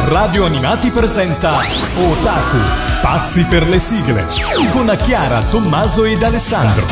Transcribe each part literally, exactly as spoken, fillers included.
Radio Animati presenta Otaku, pazzi per le sigle, con Chiara, Tommaso ed Alessandro.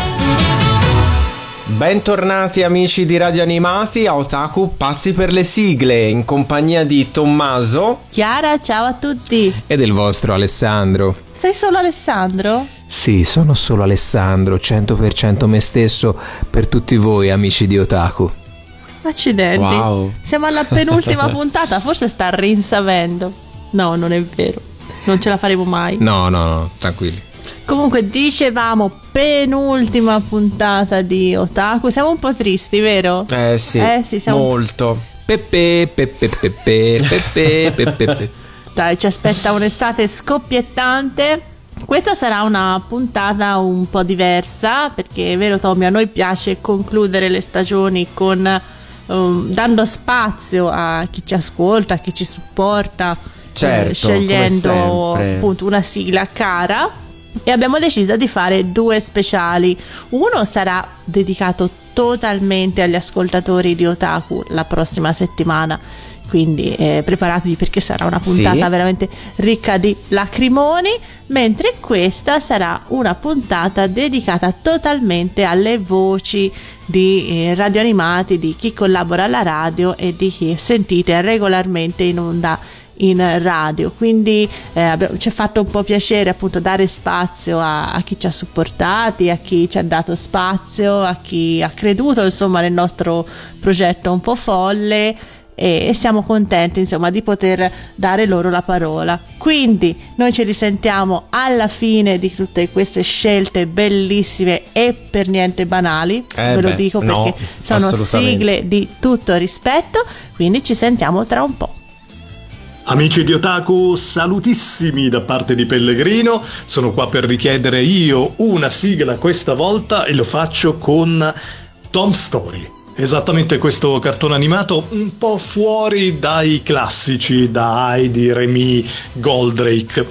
Bentornati amici di Radio Animati a Otaku, pazzi per le sigle, in compagnia di Tommaso, Chiara, ciao a tutti. E del vostro Alessandro. Sei solo Alessandro? Sì, sono solo Alessandro, cento per cento me stesso per tutti voi amici di Otaku. Accidenti, wow. Siamo alla penultima puntata, forse sta rinsavendo. No, non è vero, non ce la faremo mai. No, no, no, tranquilli. Comunque dicevamo penultima puntata di Otaku. Siamo un po' tristi, vero? Eh sì, eh, sì siamo... molto. Pepe, pepe, pepe, pepe, pepe, pepe. Dai, ci aspetta un'estate scoppiettante. Questa sarà una puntata un po' diversa, perché è vero Tommy, a noi piace concludere le stagioni con um, dando spazio a chi ci ascolta, a chi ci supporta, certo, eh, scegliendo appunto una sigla cara. E abbiamo deciso di fare due speciali. Uno sarà dedicato totalmente agli ascoltatori di Otaku la prossima settimana, quindi eh, preparatevi perché sarà una puntata sì. veramente ricca di lacrimoni, mentre questa sarà una puntata dedicata totalmente alle voci di eh, radio animati, di chi collabora alla radio e di chi sentite regolarmente in onda in radio. Quindi eh, abbiamo, ci è fatto un po' piacere appunto dare spazio a, a chi ci ha supportati, a chi ci ha dato spazio, a chi ha creduto insomma nel nostro progetto un po' folle, e, e siamo contenti insomma di poter dare loro la parola. Quindi noi ci risentiamo alla fine di tutte queste scelte bellissime e per niente banali, eh ve lo beh, dico perché no, sono sigle di tutto rispetto. Quindi ci sentiamo tra un po'. Amici di Otaku, salutissimi da parte di Pellegrino. Sono qua per richiedere io una sigla questa volta e lo faccio con Tom Story. Esattamente questo cartone animato un po' fuori dai classici, da Heidi, Remy, Goldrake.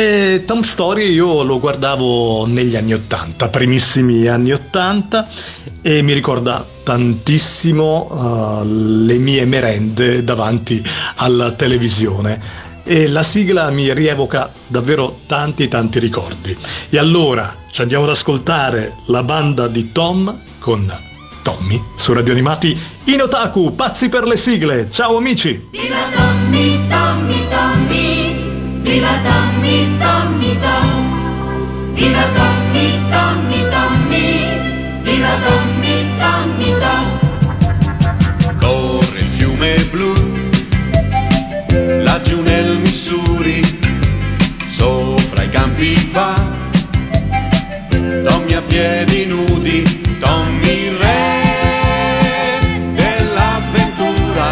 E Tom Story io lo guardavo negli anni ottanta, primissimi anni ottanta, e mi ricorda tantissimo uh, le mie merende davanti alla televisione, e la sigla mi rievoca davvero tanti tanti ricordi. E allora ci andiamo ad ascoltare la banda di Tom con Tommy su Radio Animati in Otaku, pazzi per le sigle. Ciao amici! Viva Tommy, Tommy, Tommy! Viva Tommy, Tommy, Tom! Viva Tommy, Tommy, Tommy! Viva Tommy, Tommy, Tom! Corre il fiume blu, laggiù nel Missouri, sopra i campi va, Tommy a piedi nudi, Tommy re dell'avventura,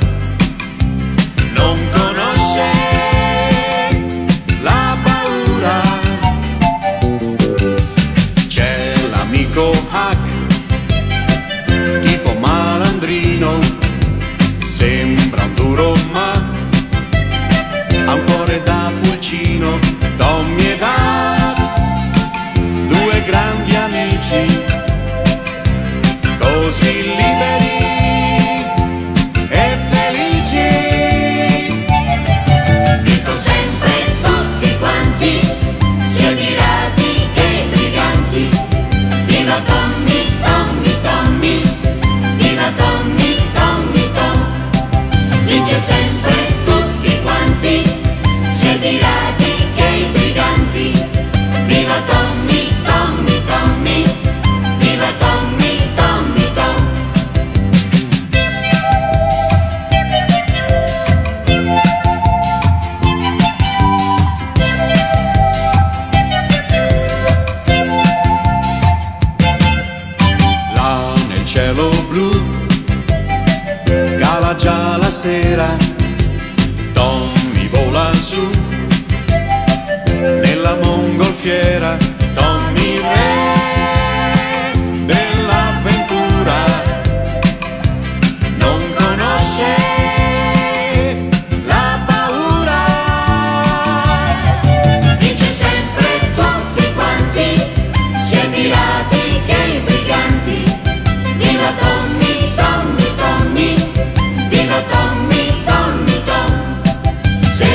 non conosce la paura. C'è l'amico Hack, tipo malandrino, sembra un duro ma ha un cuore da pulcino. Tommy ed Hack, due grandi amici, così liberi e felici. Dico sempre tutti quanti, sia pirati che briganti. Viva Tommy, Tommy, Tommy! Viva Tommy, Tommy, Tom! Dice sempre tutti quanti, sia pirati che briganti. Viva Tommy, Tommy, Tommy! Viva Tommy, Tommy, Tom! Là nel cielo blu cala già la sera, Tommy vola su nella mongolfiera, Tommy re dell'avventura, non conosce la paura. Dice sempre tutti quanti, sia pirati che briganti. Viva Tommy, Tommy, Tommy! Viva Tommy, Tommy, Tom!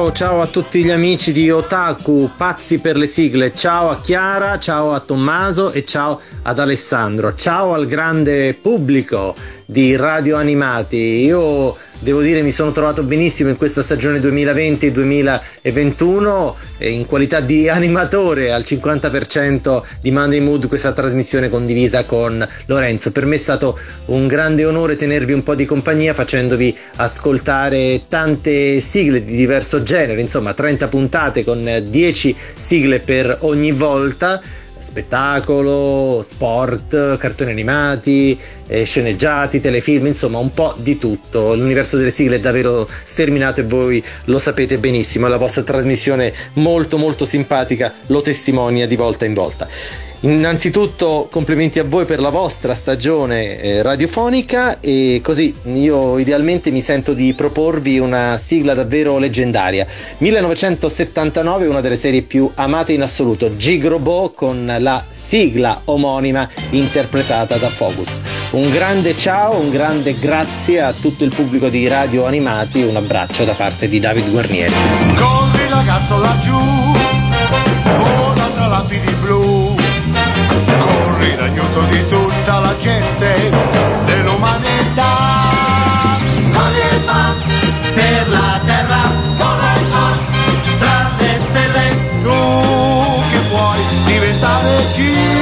Ciao, ciao a tutti gli amici di Otaku, pazzi per le sigle. Ciao a Chiara, ciao a Tommaso e ciao ad Alessandro. Ciao al grande pubblico di Radio Animati. Io devo dire mi sono trovato benissimo in questa stagione duemilaventi duemilaventuno in qualità di animatore al cinquanta per cento di Monday Mood, questa trasmissione condivisa con Lorenzo. Per me è stato un grande onore tenervi un po' di compagnia facendovi ascoltare tante sigle di diverso genere, insomma trenta puntate con dieci sigle per ogni volta. Spettacolo, sport, cartoni animati, eh, sceneggiati, telefilm, insomma un po' di tutto. L'universo delle sigle è davvero sterminato e voi lo sapete benissimo, la vostra trasmissione molto molto simpatica lo testimonia di volta in volta. Innanzitutto complimenti a voi per la vostra stagione eh, radiofonica, e così io idealmente mi sento di proporvi una sigla davvero leggendaria. millenovecentosettantanove, una delle serie più amate in assoluto, Gigrobo, con la sigla omonima interpretata da Focus. Un grande ciao, un grande grazie a tutto il pubblico di Radio Animati, un abbraccio da parte di Davide Guarnieri. Corri ragazzo laggiù, vola tra lapidi blu, corri in aiuto di tutta la gente dell'umanità. Corri e va per la terra, vola e va tra le stelle, tu che vuoi diventare G.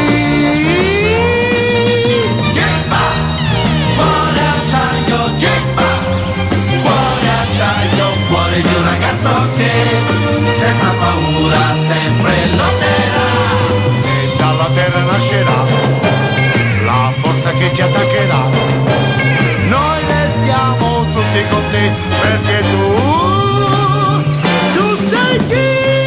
Gemma, cuore acciaio, Gemma, cuore acciaio, cuore di un ragazzo che senza paura sempre lotterà. Se dalla terra nascerà la forza che ci attaccherà, noi restiamo tutti con te perché tu, tu sei G.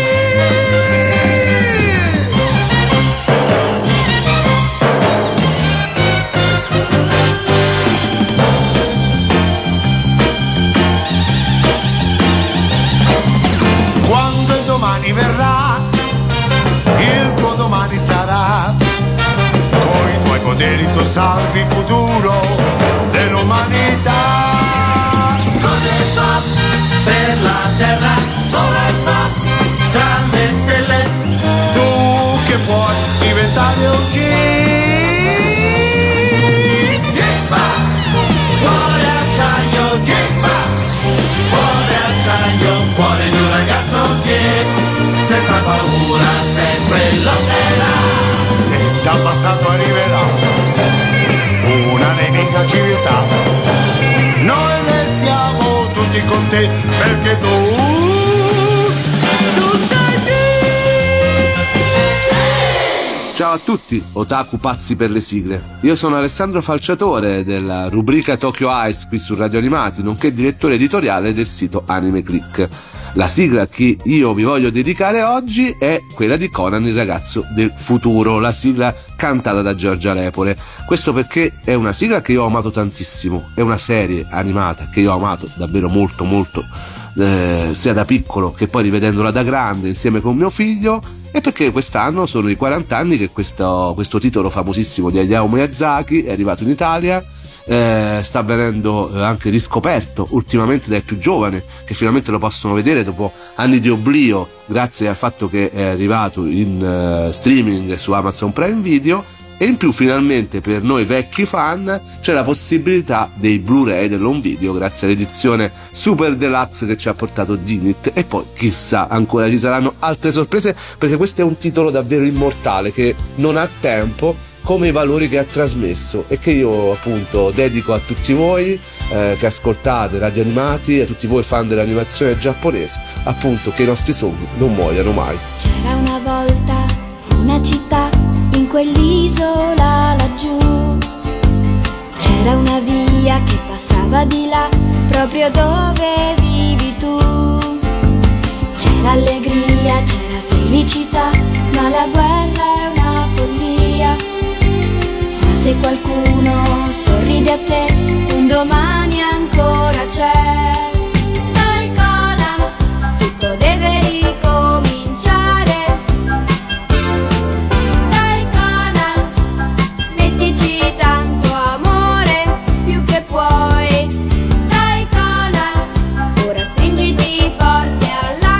Quando il domani verrà, il tuo domani sarà, con i tuoi poteri tu salvi il futuro dell'umanità. Corri e va per la terra, vola e va tra le stelle, tu che puoi diventare un G. Gemma, cuore acciaio, Gemma, cuore acciaio, cuore di un ragazzo che senza paura sempre lotterà. Se dal passato arriverà una nemica civiltà, noi restiamo tutti con te perché tu, tu sei G. Ciao a tutti, otaku pazzi per le sigle. Io sono Alessandro Falciatore della rubrica Tokyo Eyes qui su Radio Animati, nonché direttore editoriale del sito Anime Click. La sigla che io vi voglio dedicare oggi è quella di Conan il ragazzo del futuro, la sigla cantata da Giorgia Lepore. Questo perché è una sigla che io ho amato tantissimo, è una serie animata che io ho amato davvero molto molto, eh, sia da piccolo che poi rivedendola da grande insieme con mio figlio, e perché quest'anno sono i quaranta anni che questo, questo titolo famosissimo di Hayao Miyazaki è arrivato in Italia. Eh, sta venendo anche riscoperto ultimamente dai più giovani, che finalmente lo possono vedere dopo anni di oblio grazie al fatto che è arrivato in uh, streaming su Amazon Prime Video, e in più finalmente per noi vecchi fan c'è la possibilità dei Blu-ray dell'home video grazie all'edizione Super Deluxe che ci ha portato Dinit, e poi chissà ancora ci saranno altre sorprese, perché questo è un titolo davvero immortale che non ha tempo, come i valori che ha trasmesso, e che io appunto dedico a tutti voi eh, che ascoltate Radio Animati, a tutti voi fan dell'animazione giapponese, appunto che i nostri sogni non muoiano mai. C'era una volta una città in quell'isola laggiù, c'era una via che passava di là proprio dove vivi tu, c'era allegria, c'era felicità, ma la guerra è una follia. Se qualcuno sorride a te, un domani ancora c'è. Dai Conan, tutto deve ricominciare. Dai Conan, mettici tanto amore, più che puoi. Dai Conan, ora stringiti forte alla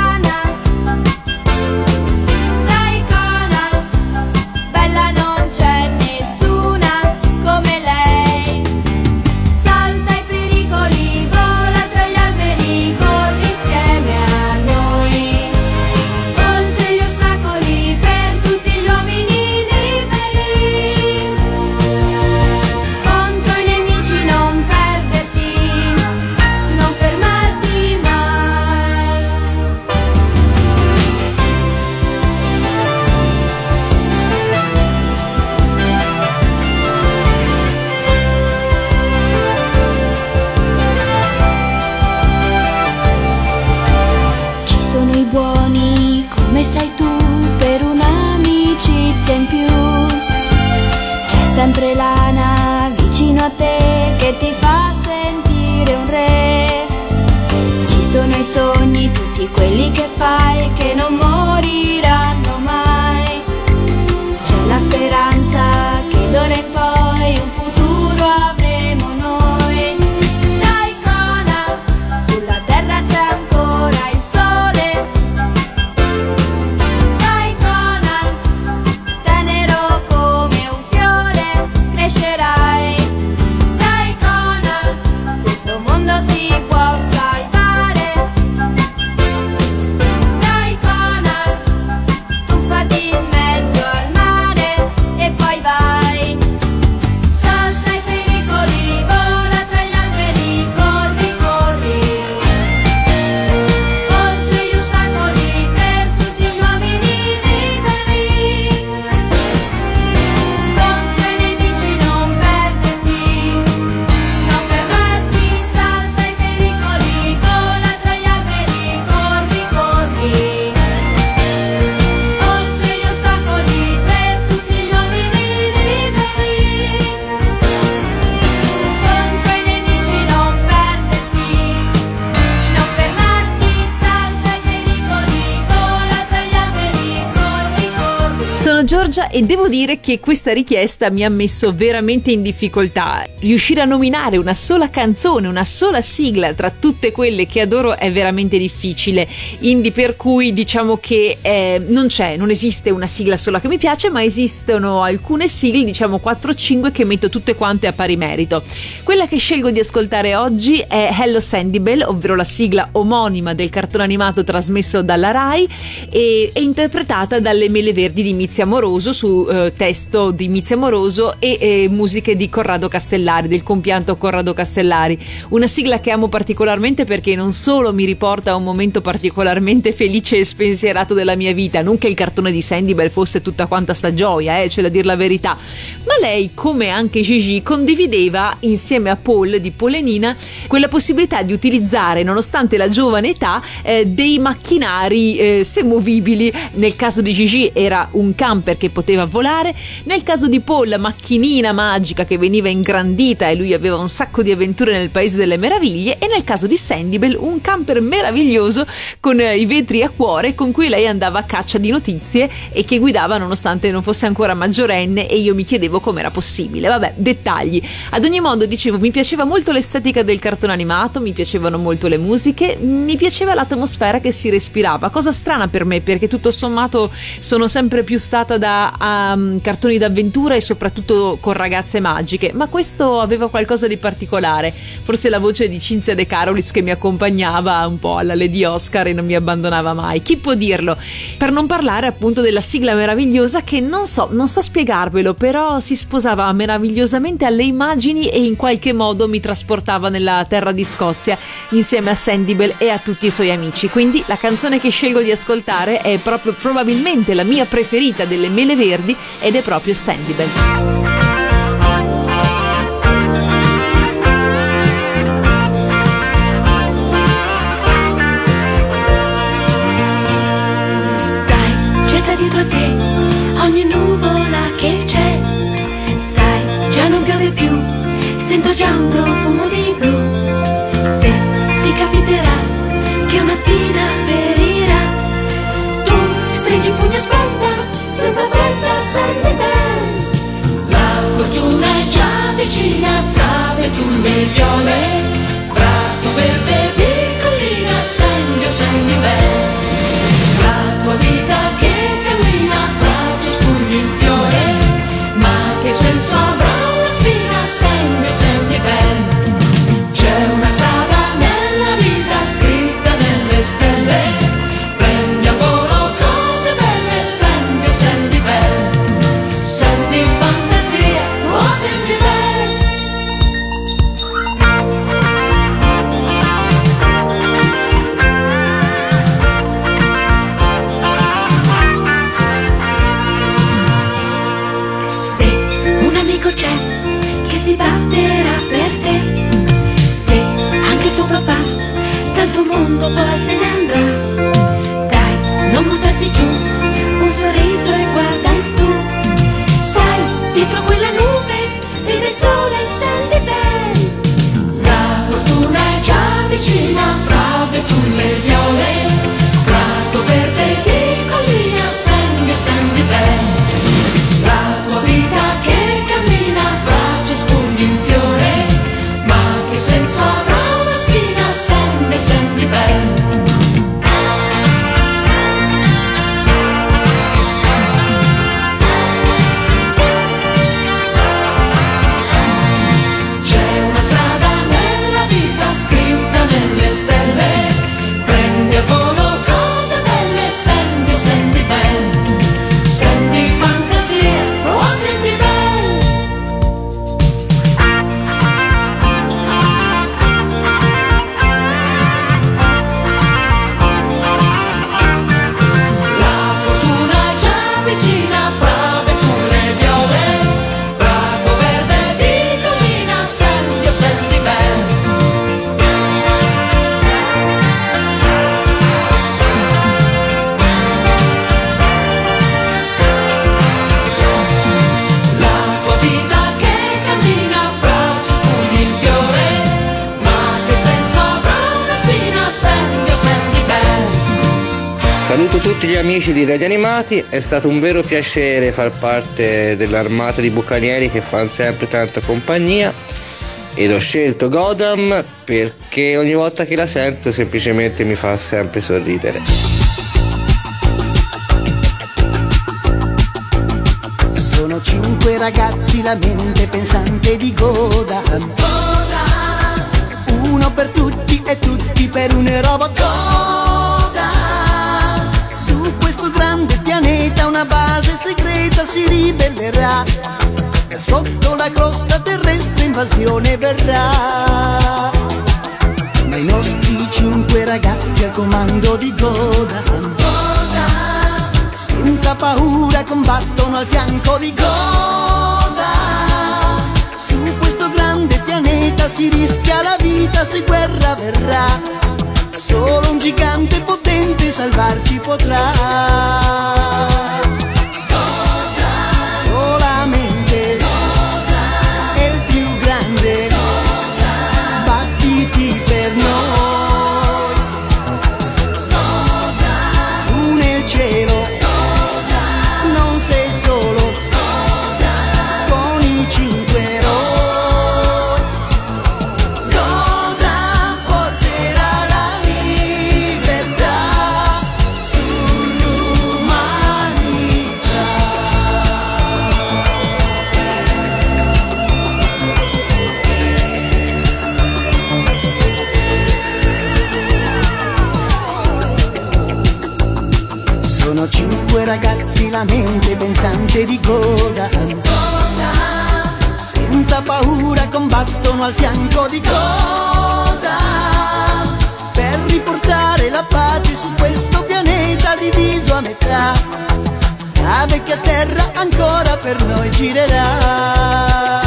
sogni, tutti quelli che fai che non moriranno mai. C'è la speranza che d'ora in poi un futuro avremo noi. Dai Conan, sulla terra c'è ancora il sole. Dai Conan, tenero come un fiore crescerai. Dai Conan, questo mondo si può salvare. Dai Conan, tuffati in mezzo al mare e poi vai. Salta i pericoli, vola tra gli alberi, corri, corri. Oltre gli ostacoli per tutti gli uomini liberi. Contro i nemici non perderti, non fermarti. Salta i pericoli, vola tra gli alberi, corri, corri. Oltre gli ostacoli per tutti gli uomini liberi. Contro i nemici non perderti, non fermarti. Salta i pericoli, vola tra gli alberi, corri, corri. Sono Giorgia e devo dire che questa richiesta mi ha messo veramente in difficoltà. Riuscire a nominare una sola canzone, una sola sigla tra tutte quelle che adoro è veramente difficile, indi per cui diciamo che eh, non c'è, non esiste una sigla sola che mi piace, ma esistono alcune sigle, diciamo quattro o cinque, che metto tutte quante a pari merito. Quella che scelgo di ascoltare oggi è Hello Sandibell, ovvero la sigla omonima del cartone animato trasmesso dalla Rai e è interpretata dalle Mele Verdi di Mizia Moroso su eh, testo di Mizia Moroso e eh, musiche di Corrado Castellari, del compianto Corrado Castellari. Una sigla che amo particolarmente perché non solo mi riporta a un momento particolarmente felice e spensierato della mia vita, non che il cartone di Sandibell fosse tutta quanta sta gioia, eh, c'è da dir la verità, ma lei, come anche Gigi, condivideva insieme a Paul di Polenina quella possibilità di utilizzare, nonostante la giovane età, eh, dei macchinari eh, semovibili. Nel caso di Gigi era un camper che poteva volare, nel caso di Paul la macchinina magica che veniva ingrandita e lui aveva un sacco di avventure nel paese delle meraviglie, e nel caso di Sandibell un camper meraviglioso con eh, i vetri a cuore con cui lei andava a caccia di notizie e che guidava nonostante non fosse ancora maggiorenne, e io mi chiedevo com'era possibile. Vabbè, dettagli. Ad ogni modo, dicevo, mi piaceva molto l'estetica del cartone animato, mi piacevano molto le musiche, mi piaceva l'atmosfera che si respirava, cosa strana per me perché tutto sommato sono sempre più stata da um, cartoni d'avventura e soprattutto con ragazze magiche, ma questo aveva qualcosa di particolare, forse la voce di Cinzia De Carolis che mi accompagnava un po' alla Lady Oscar e non mi abbandonava mai, chi può dirlo? Per non parlare appunto della sigla meravigliosa che non so, non so spiegarvelo, però si sposava meravigliosamente alle immagini e in qualche modo mi trasportava nella terra di Scozia insieme a Sandibell e a tutti i suoi amici. Quindi la canzone che scelgo di ascoltare è proprio probabilmente la mia preferita delle Mele Verdi ed è proprio Sandibell. Dietro a te ogni nuvola che c'è, sai, già non piove più, sento già un profumo di blu. Se ti capiterà che una spina ferirà, tu stringi il pugno e aspetta, senza fretta, Sandibell. La fortuna è già vicina, fra betulle e viole, prato verde di collina, Sandy o Sandibell. La tua vita che in fiore, ma che senso avrà una spina, Sandy o Sandibell? C'è una strada nella vita scritta nelle stelle, prendi a volo cose belle, Sandy o Sandibell. Sandy fantasia o Sandibell? C'è che si batterà per te, se anche tuo papà dal tuo mondo poi se ne andrà. Dai, non buttarti giù, un sorriso e guarda in su, sai, dietro quella nube ride il sole e Sandibell. La fortuna è già vicina, fra betulle e Saluto tutti gli amici di Radio Animati, è stato un vero piacere far parte dell'armata di bucanieri che fanno sempre tanta compagnia ed ho scelto Godam perché ogni volta che la sento semplicemente mi fa sempre sorridere. Sono cinque ragazzi, la mente pensante di Godam. Uno per tutti e tutti per un robot. Godam. Su questo grande pianeta una base segreta si ribellerà. Da sotto la crosta terrestre invasione verrà. Ma i nostri cinque ragazzi al comando di Godam senza paura combattono al fianco di Godam. Su questo grande pianeta si rischia la vita se guerra verrà. Solo un gigante potente salvarci potrà. Godam. Solamente Godam è il più grande. Godam. Battiti per noi. Godam. Su nel cielo non sei solo con i cinque eroi. Godam porterà la libertà sull'umanità. Sono cinque ragazzi, la mente pensante di Godam. Senza paura combattono al fianco di Godam per riportare la pace su questo pianeta diviso a metà. Nave che a terra ancora per noi girerà.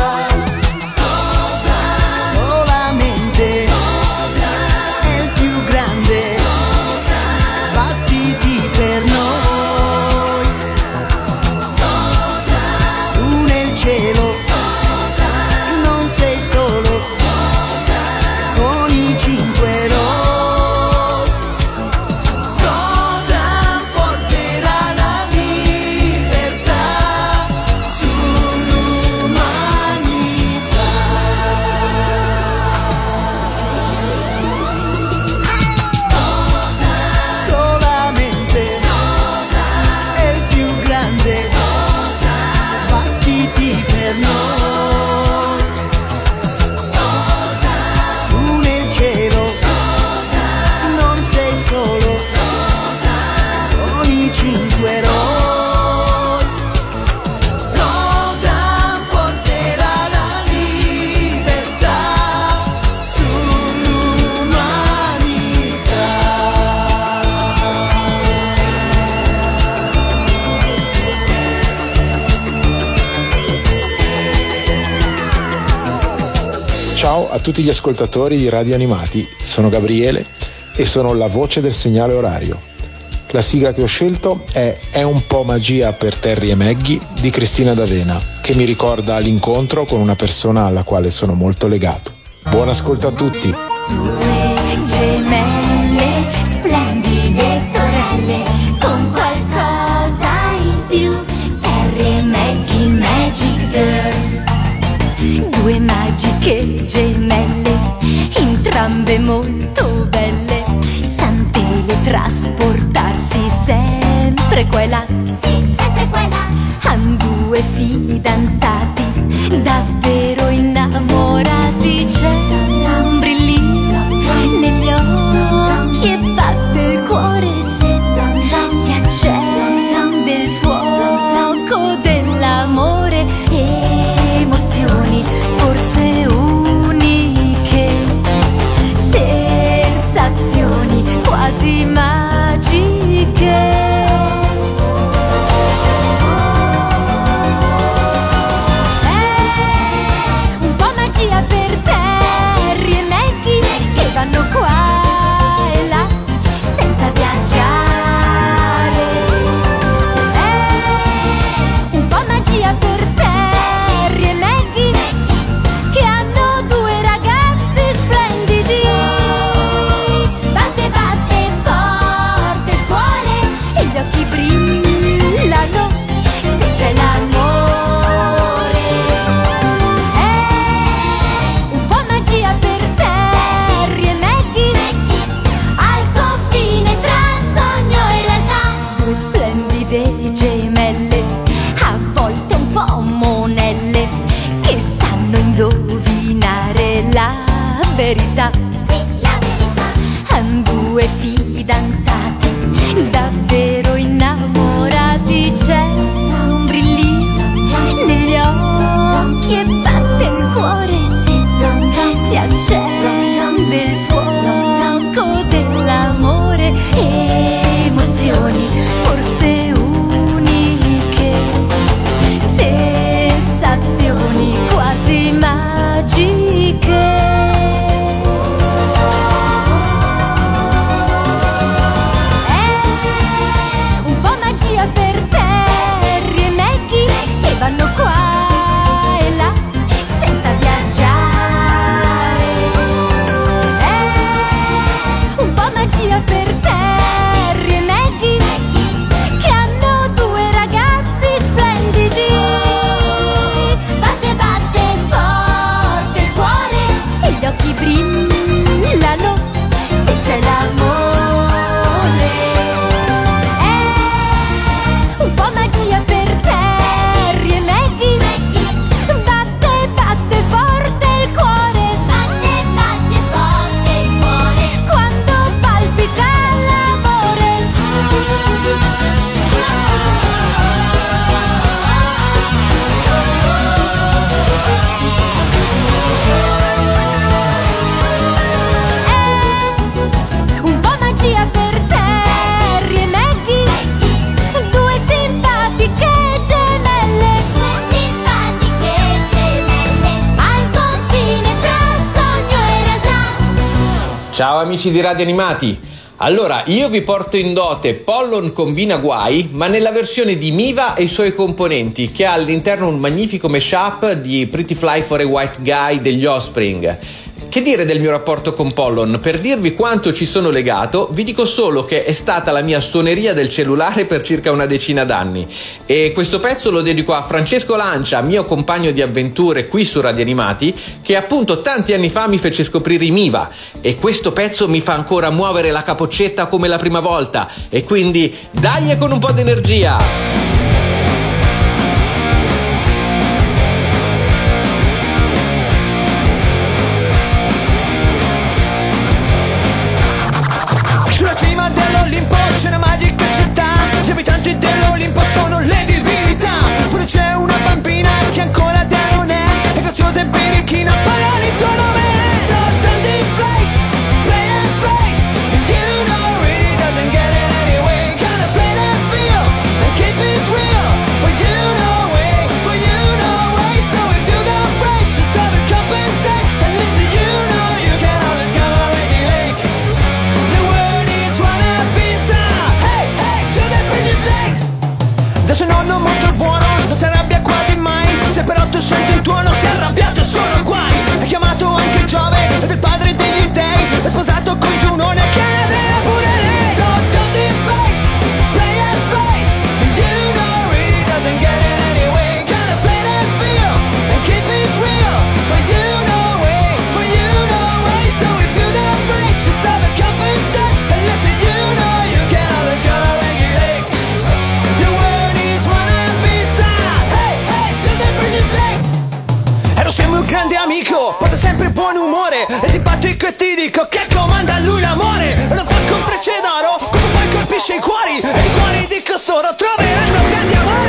Solamente è il più grande. Battiti per noi. Su nel cielo non sei solo con i cinque eroi. Godam porterà la libertà sull'umanità. Solamente è il più grande. Battiti per noi. Su nel cielo non sei solo con i cinque eroi. Godam porterà la libertà sull'umanità. Ciao a tutti gli ascoltatori di Radio Animati, sono Gabriele e sono la voce del segnale orario. La sigla che ho scelto è È un po' magia per Terry e Maggie di Cristina D'Avena, che mi ricorda l'incontro con una persona alla quale sono molto legato. Buon ascolto a tutti! Due gemelle, splendide sorelle, con qualcosa in più, Terry e Maggie Magic Girls. Due magiche gemelle, entrambe molto belle, san teletrasportarsi sempre qua e là. Sì, sempre qua e là. Han due fidanzati, davvero innamorati, c'è un brillino negli occhi e batte il cuore se si accende il fuoco dell'amore. Emozioni forse uniche, sensazioni quasi magiche. Un po' magia per Terry sensazioni, forse uniche, sensazioni quasi magiche. È un po' magia per Terry e Maggie che vanno qua e là senza viaggiare. È un po' magia per Terry e Maggie che hanno due ragazzi splendidi. Batte batte forte il cuore e gli occhi brillano se c'è l'amore. È un po' magia per Terry e Maggie. Batte batte forte il cuore, batte batte forte il cuore quando palpita l'amore. È un po' magia per Terry e Maggie, due simpatiche gemelle, due simpatiche gemelle, al confine tra sogno e realtà. Ciao amici di Radio Animati. Allora, io vi porto in dote Pollon Combina Guai, ma nella versione di Miva e i suoi componenti, che ha all'interno un magnifico mashup di Pretty Fly for a White Guy degli Offspring. Che dire del mio rapporto con Pollon? Per dirvi quanto ci sono legato, vi dico solo che è stata la mia suoneria del cellulare per circa una decina d'anni. E questo pezzo lo dedico a Francesco Lancia, mio compagno di avventure qui su Radio Animati, che appunto tanti anni fa mi fece scoprire i Miva. E questo pezzo mi fa ancora muovere la capoccetta come la prima volta. E quindi dai e con un po' di energia! Sulla cima dell'Olimpo c'è una magica città, gli abitanti dell'Olimpo sono le divinità. Poi c'è una bambina che ancora da non è, è graziosa e birichina, parla il suo nome. So don't deflate, play it straight, you know he doesn't get it anyway. Gotta play that feel and keep it real, for you know way, for you know way. So if you don't break, just stop and compensate, and listen, you know you can always go already late. The word is wanna be some, hey, hey, to the pretty thing. Adesso il nonno molto buono non si arrabbia quasi mai, se però tu senti il tuono si è arrabbiato sono guai. Hai chiamato anche Giove ed il padre degli dei, è sposato con Giunone che era pure lei. So don't deflate, play it straight, you know he doesn't get it anyway. Gotta play that feel and keep it real, for you know way, for you know way. So if you don't break, just stop and compensate, and listen, you know you can always go regulate. Your word is wanna be some, hey, hey, to the pretty thing. Ero sempre un grande amico, porta sempre buon umore, è simpatico e ti dico che comanda lui l'amore. E lo fa con frecce d'oro, come poi colpisce i cuori, e i cuori di costoro troveranno grandi amori.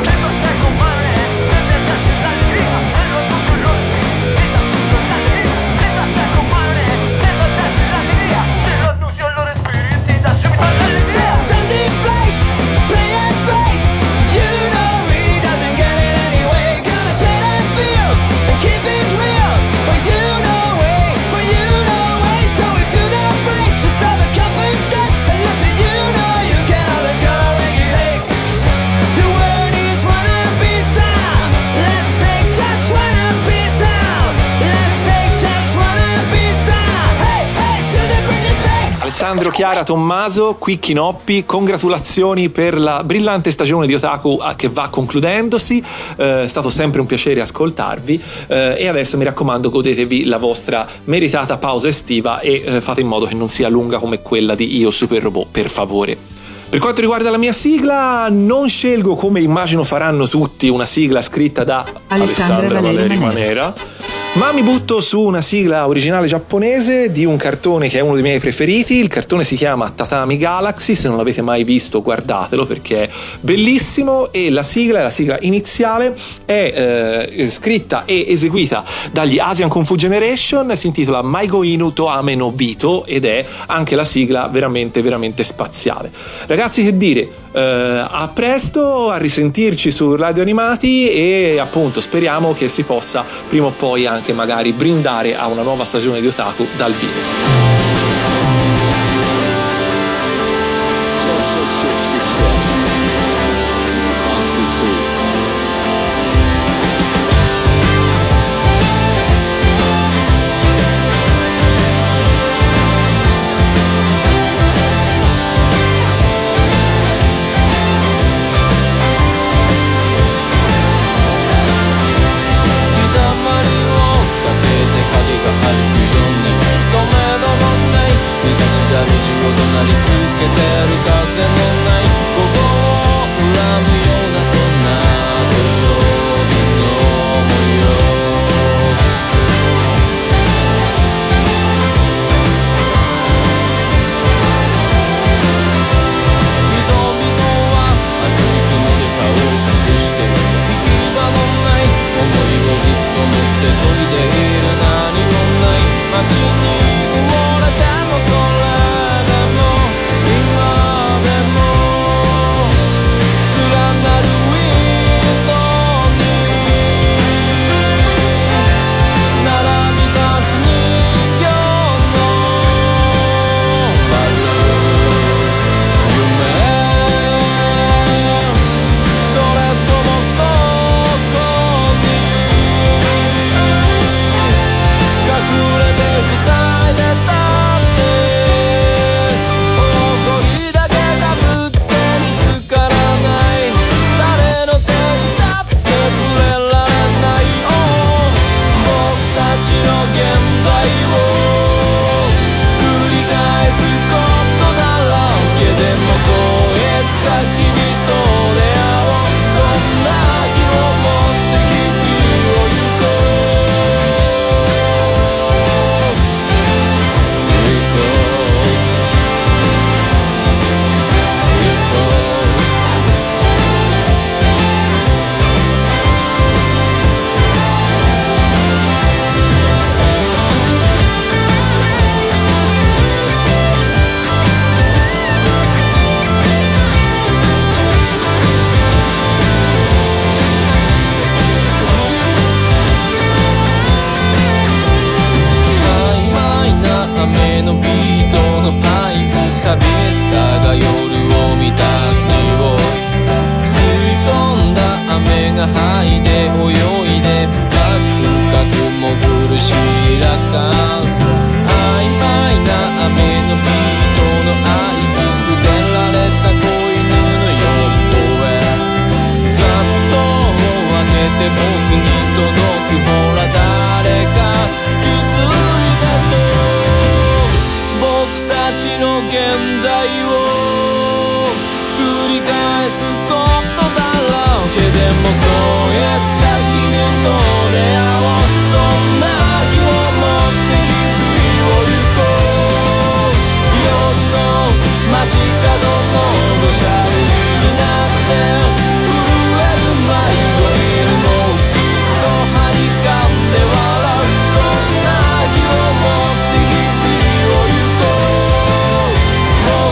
So don't deflate, play it straight, you know he doesn't get it anyway. Gotta play that feel and keep it real, for you know way, for you know way. So if you don't break, just stop and compensate, and listen, you know you can always go regulate. The word is wanna be some, let's take just wanna be some, let's take just wanna be some, hey, hey, to the pretty thing. Alessandro, Chiara, Tommaso, qui Chinoppi, congratulazioni per la brillante stagione di Otaku che va concludendosi, eh, è stato sempre un piacere ascoltarvi, eh, e adesso mi raccomando godetevi la vostra meritata pausa estiva e eh, fate in modo che non sia lunga come quella di Io Super Robot, per favore. Per quanto riguarda la mia sigla, non scelgo, come immagino faranno tutti, una sigla scritta da Alessandra Alessandra Valeri Valeri Manera. Manera, Ma mi butto su una sigla originale giapponese di un cartone che è uno dei miei preferiti. Il cartone si chiama Tatami Galaxy, se non l'avete mai visto guardatelo perché è bellissimo, e la sigla, la sigla iniziale è eh, scritta e eseguita dagli Asian Kung Fu Generation, si intitola Maigo Inu to Ame no Bito ed è anche la sigla veramente veramente spaziale. Ragazzi, che dire, eh, a presto, a risentirci su Radio Animati e appunto speriamo che si possa prima o poi anche anche magari brindare a una nuova stagione di Otaku dal vivo.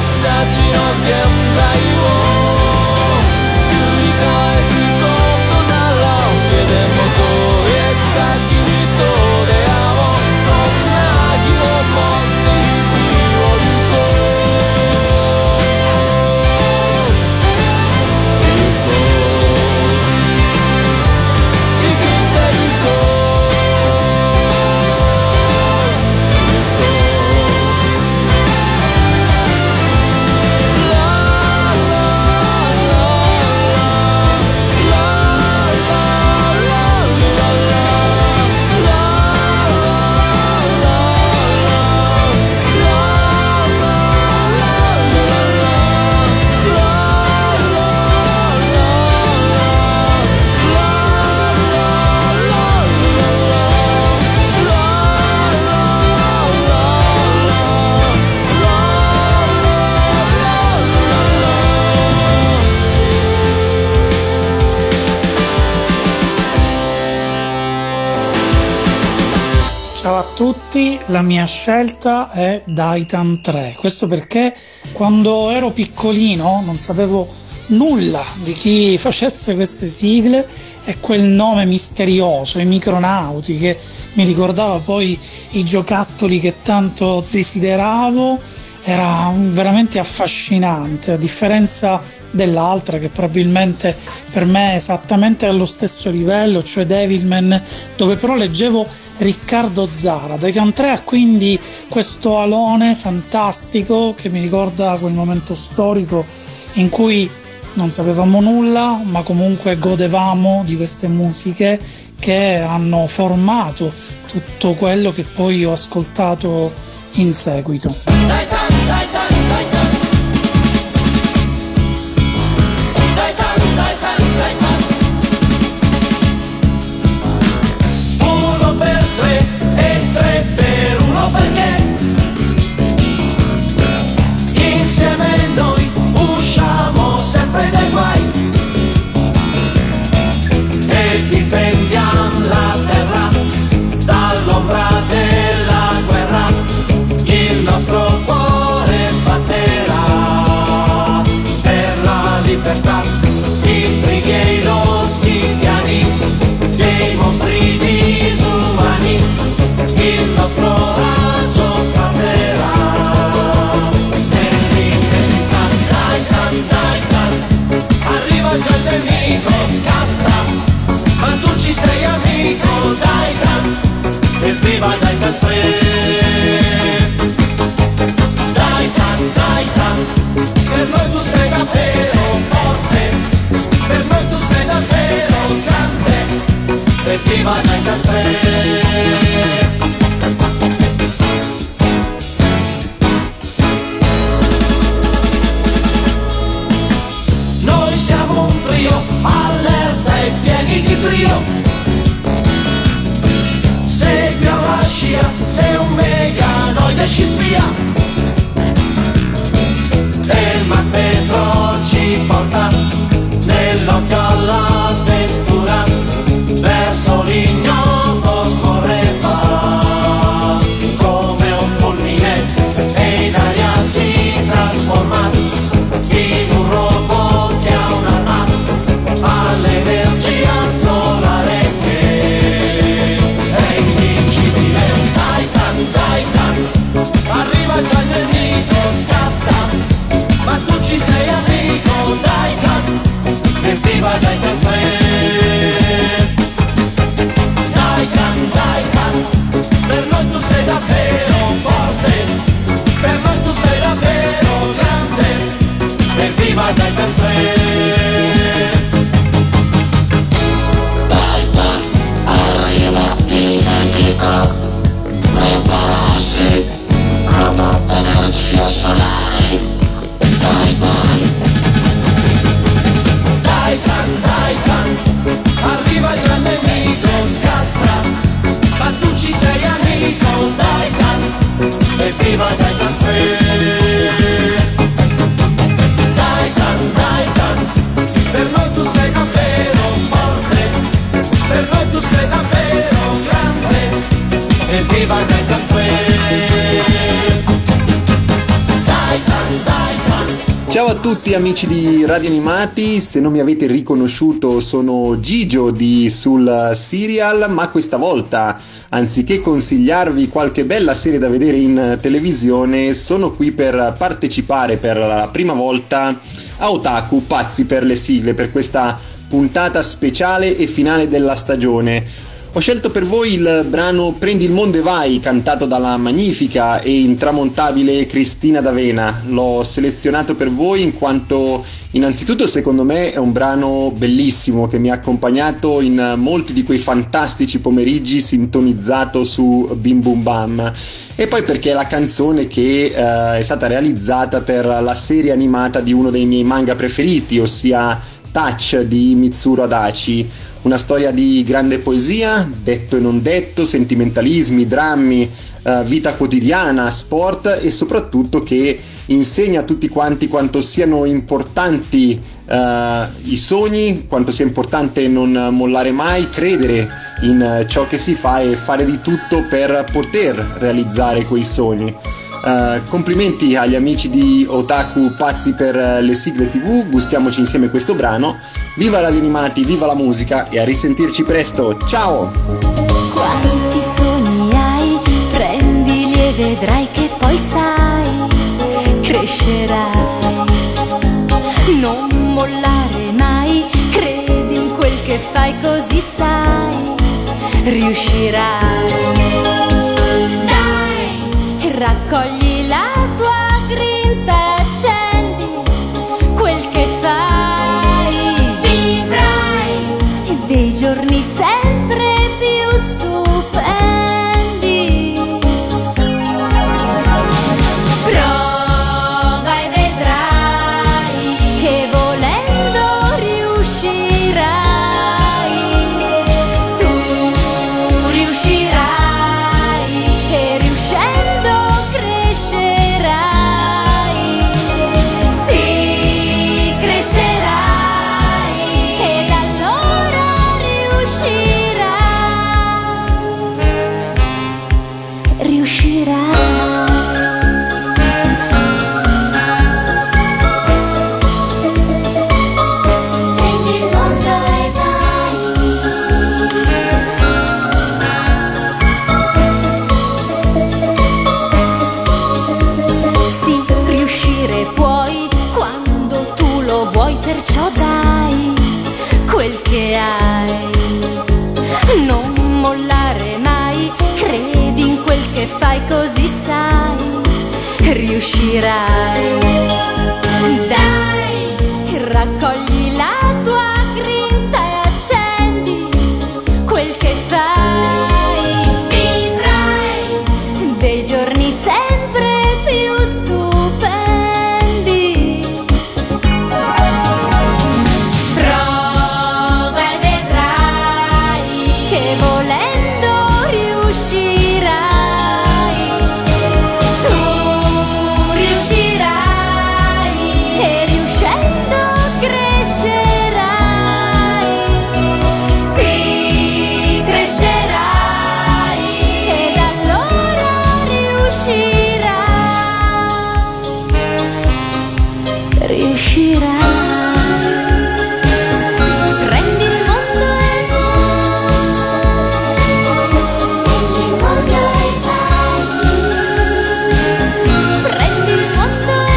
Thank you. tutti, la mia scelta è Daitan tre. Questo perché quando ero piccolino non sapevo nulla di chi facesse queste sigle e quel nome misterioso, i Micronauti, che mi ricordava poi i giocattoli che tanto desideravo, era veramente affascinante, a differenza dell'altra che probabilmente per me è esattamente allo stesso livello, cioè Devilman, dove però leggevo Riccardo Zara. Daitan tre ha quindi questo alone fantastico che mi ricorda quel momento storico in cui non sapevamo nulla, ma comunque godevamo di queste musiche che hanno formato tutto quello che poi ho ascoltato in seguito. Uno per tre e tre per uno perché insieme noi usciamo sempre dai guai e difendiamo la terra dall'ombra della guerra. Il nostro cuore batterà per la libertà, i brighi e i loschiani, dei mostri disumani, il nostro raggio spazzerà nell'intensità. Daitan, Daitan, arriva già il nemico, scatta, ma tu ci sei amico, Daitan, evviva Daitan tre. Daitan, Daitan, per noi tu sei davvero forte, per noi tu sei davvero grande, evviva Daitan tre. Noi siamo un trio, allerta e pieni di brio. Seguiamo la scia, sei un meganoide ci spia. E il Magneto ci porta nell'occhio all'avventura, verso l'ignoto correva come un fulmine e in aria si trasforma in un robot che ha un'arma all'energia solare che è invincibile. Daitan, Daitan, arriva già il nemico, scatta, ma tu ci sei amico, Daitan, evviva Daitan tre. Daitan, Daitan, per noi tu sei davvero forte, per noi tu sei davvero grande, evviva Daitan tre. Daitan, arriva il nemico, prepararsi, robot energia solare. Daitan, Daitan, Daitan, arriva già il nemico, scatta, ma tu ci sei amico, Daitan, evviva Daitan tre. Daitan, Daitan, per noi tu sei davvero forte, per noi tu sei davvero grande, evviva Daitan tre. Daitan, Daitan. Ciao a tutti amici di Radio Animati, se non mi avete riconosciuto sono Gigio di Sul Serial, ma questa volta anziché consigliarvi qualche bella serie da vedere in televisione sono qui per partecipare per la prima volta a Otaku Pazzi per le sigle, per questa puntata speciale e finale della stagione. Ho scelto per voi il brano Prendi il mondo e vai, cantato dalla magnifica e intramontabile Cristina D'Avena. L'ho selezionato per voi in quanto innanzitutto secondo me è un brano bellissimo che mi ha accompagnato in molti di quei fantastici pomeriggi sintonizzato su Bim Bum Bam, e poi perché è la canzone che eh, è stata realizzata per la serie animata di uno dei miei manga preferiti, ossia Touch di Mitsuru Adachi. Una storia di grande poesia, detto e non detto, sentimentalismi, drammi, uh, vita quotidiana, sport e soprattutto che insegna a tutti quanti quanto siano importanti uh, i sogni, quanto sia importante non mollare mai, credere in ciò che si fa e fare di tutto per poter realizzare quei sogni. Uh, complimenti agli amici di Otaku Pazzi per le sigle tivù, gustiamoci insieme questo brano. Viva Radio Animati, viva la musica e a risentirci presto, ciao! Quanti sogni hai, prendili e vedrai che poi sai, crescerai. Non mollare mai, credi in quel che fai così sai, riuscirai. Dai, raccogli la tua grinta e accendi quel che fai. Vivrai dei giorni sempre più stupendi. Prova e vedrai che volendo riuscirai. Tu riuscirai e riuscendo crescerai. Sì, crescerai ed allora riuscirai. Riuscirai. Prendi il mondo e vai. Sì, riuscire puoi quando tu lo vuoi, perciò dai quel che hai. Non mollare mai, credi in quel che fai così sai, riuscirai. Dai, raccogli la tua grinta e accendi quel che fai. Vivrai dei giorni sempre più stupendi. Prova e vedrai che volendo riuscirai. Tu riuscirai e riuscendo crescerai. Sì, crescerai ed allora riuscirai. Riuscirai. Prendi il mondo e vai. Prendi il mondo e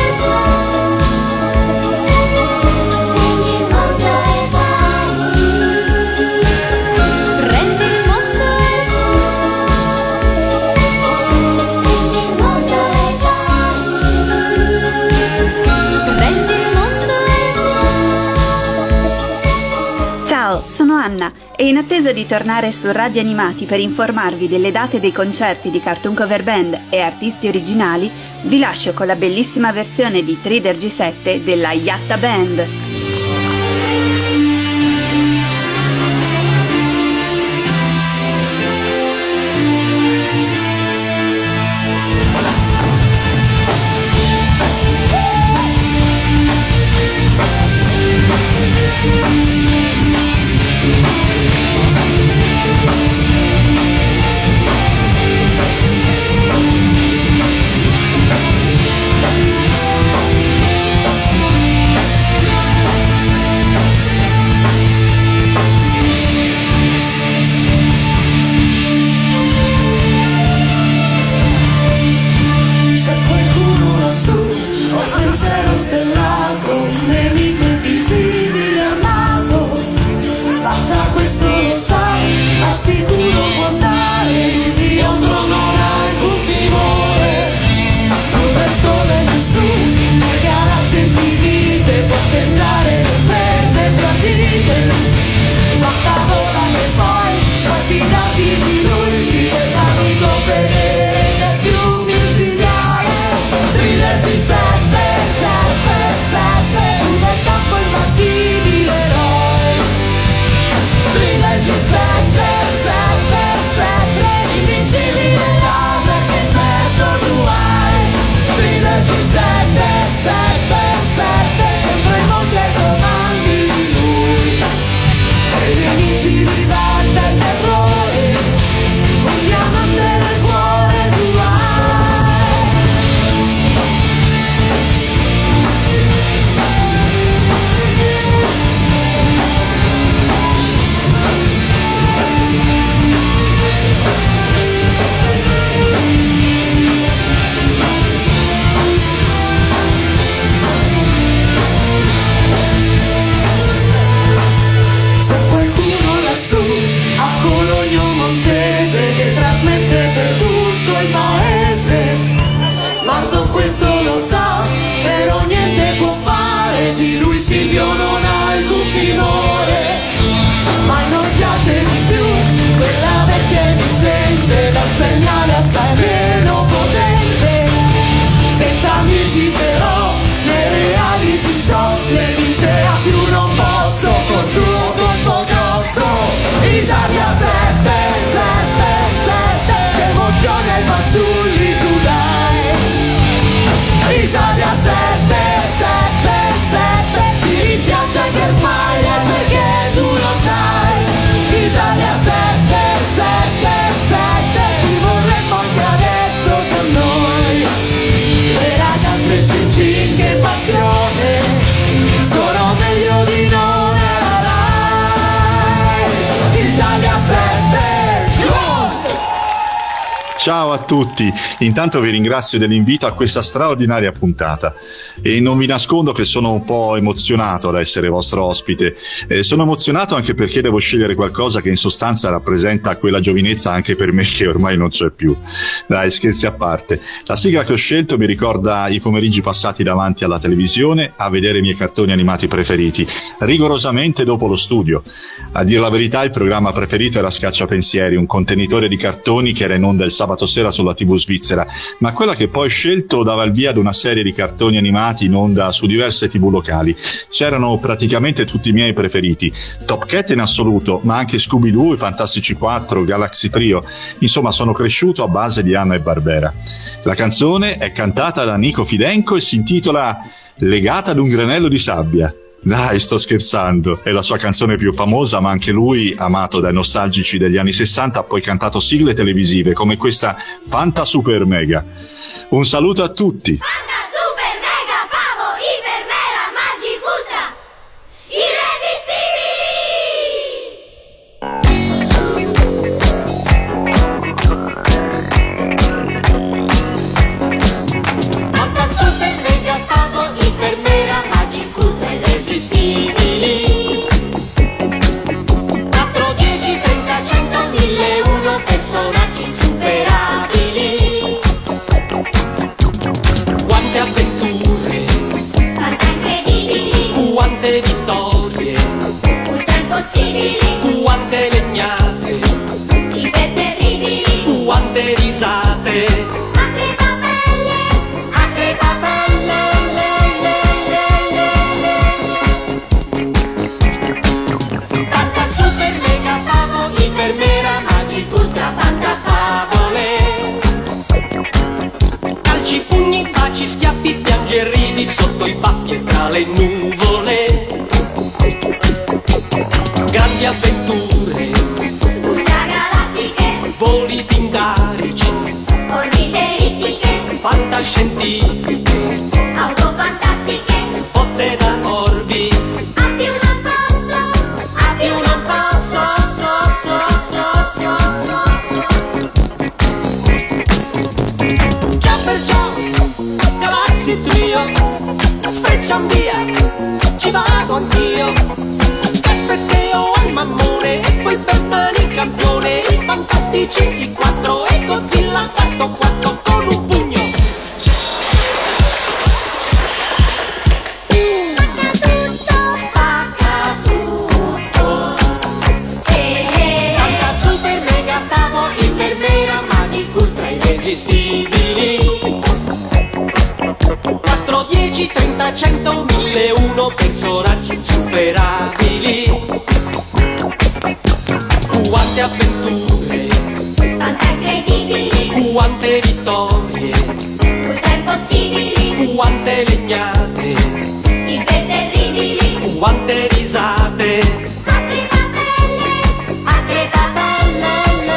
vai. Prendi il mondo e Prendi il mondo e Ciao, sono Anna e in attesa di tornare su Radio Animati per informarvi delle date dei concerti di Cartoon Cover Band e artisti originali, vi lascio con la bellissima versione di Trider G sette della Yatta Band. C'è qualcuno lassù, oltre il cielo stellato, un nemico invisibile armato. Ma da questo lo sai, ma sicuro può andare, di biondo non hai più timore. Dove il sole nessuno, le galassie infinite, può tentare le prese tradite. Ma tavola e poi, ma fidati di lui, diventami tuo fedele che è più micidiale. Trider G sette, sette, sette, un Silvio non ha il timore, ma non piace di più quella vecchia emittente, dal segnale assai meno potente, senza amici però nei reality show le dice a più non posso, col suo colpo grosso. Italia sette sette sette, che emozione ai fanciulli tu dai. Italia sette sette sette, ti rimpiange che sbaglia perché tu lo sai. Italia sette sette sette, ti vorremmo anche adesso con noi. Le ragazze cin cin, che passione, sono meglio di non era Rai. Italia sette Gold. Ciao a tutti, intanto vi ringrazio dell'invito a questa straordinaria puntata e non vi nascondo che sono un po' emozionato ad essere vostro ospite. Eh, sono emozionato anche perché devo scegliere qualcosa che in sostanza rappresenta quella giovinezza anche per me che ormai non c'è più. Dai, scherzi a parte, la sigla che ho scelto mi ricorda i pomeriggi passati davanti alla televisione a vedere i miei cartoni animati preferiti, rigorosamente dopo lo studio. A dire la verità, il programma preferito era Scacciapensieri, un contenitore di cartoni che era in onda il sabato sera sulla tivù svizzera, ma quella che poi ho scelto dava il via ad una serie di cartoni animati in onda su diverse tivù locali. C'erano praticamente tutti i miei preferiti, Top Cat in assoluto, ma anche Scooby-Doo, i Fantastici quattro, Galaxy Trio. Insomma, sono cresciuto a base di Hanna-Barbera. La canzone è cantata da Nico Fidenco e si intitola Legata ad un granello di sabbia. Dai, sto scherzando, è la sua canzone più famosa, ma anche lui, amato dai nostalgici degli anni sessanta, ha poi cantato sigle televisive come questa Fanta Super Mega. Un saluto a tutti! Fanta Super Mega Favo Iper Mera Magi Ultra irresistibili! Fanta Super Mega Favo Iper Mera Magi Ultra irresistibili. quattro, dieci, trenta, cento, mille e uno personaggi insuperabili. Quante avventure, Fanta incredibili, quante vittorie, ultra impossibili, quante legnate, iper terribili, quante risate. altre papelle, altre papelle, le, le, le, le. Fanta Super Mega Favo Iper Mera Magi Ultra Fanta Favole. Calci, pugni, baci, schiaffi, piangi e ridi sotto i baffi e tra le nuvole. Grandi avventure, ultragalattiche, voli pindarici, orbite rittiche, fantascientifiche, auto fantastiche, botte da orbi. a più non posso, a più non posso, so, so, so, so, so, so. Jumper Jones, Galaxy Trio, sfreccian via, ci vado anch'io. Caspeteo al mammone e poi Batman il campione, i fantastici, i quattro e Godzilla quattro quattro con un pugno. Spacca tutto, eh, eh, Fanta Super Mega Favo Iper Mera Magi Ultra irresistibili. quattro, dieci, trenta, cento, mille e uno personaggi insuperabili. Quante avventure, Fanta incredibili, quante vittorie, ultra impossibili, quante legnate, iper terribili, quante risate. altre papelle, altre papelle, le,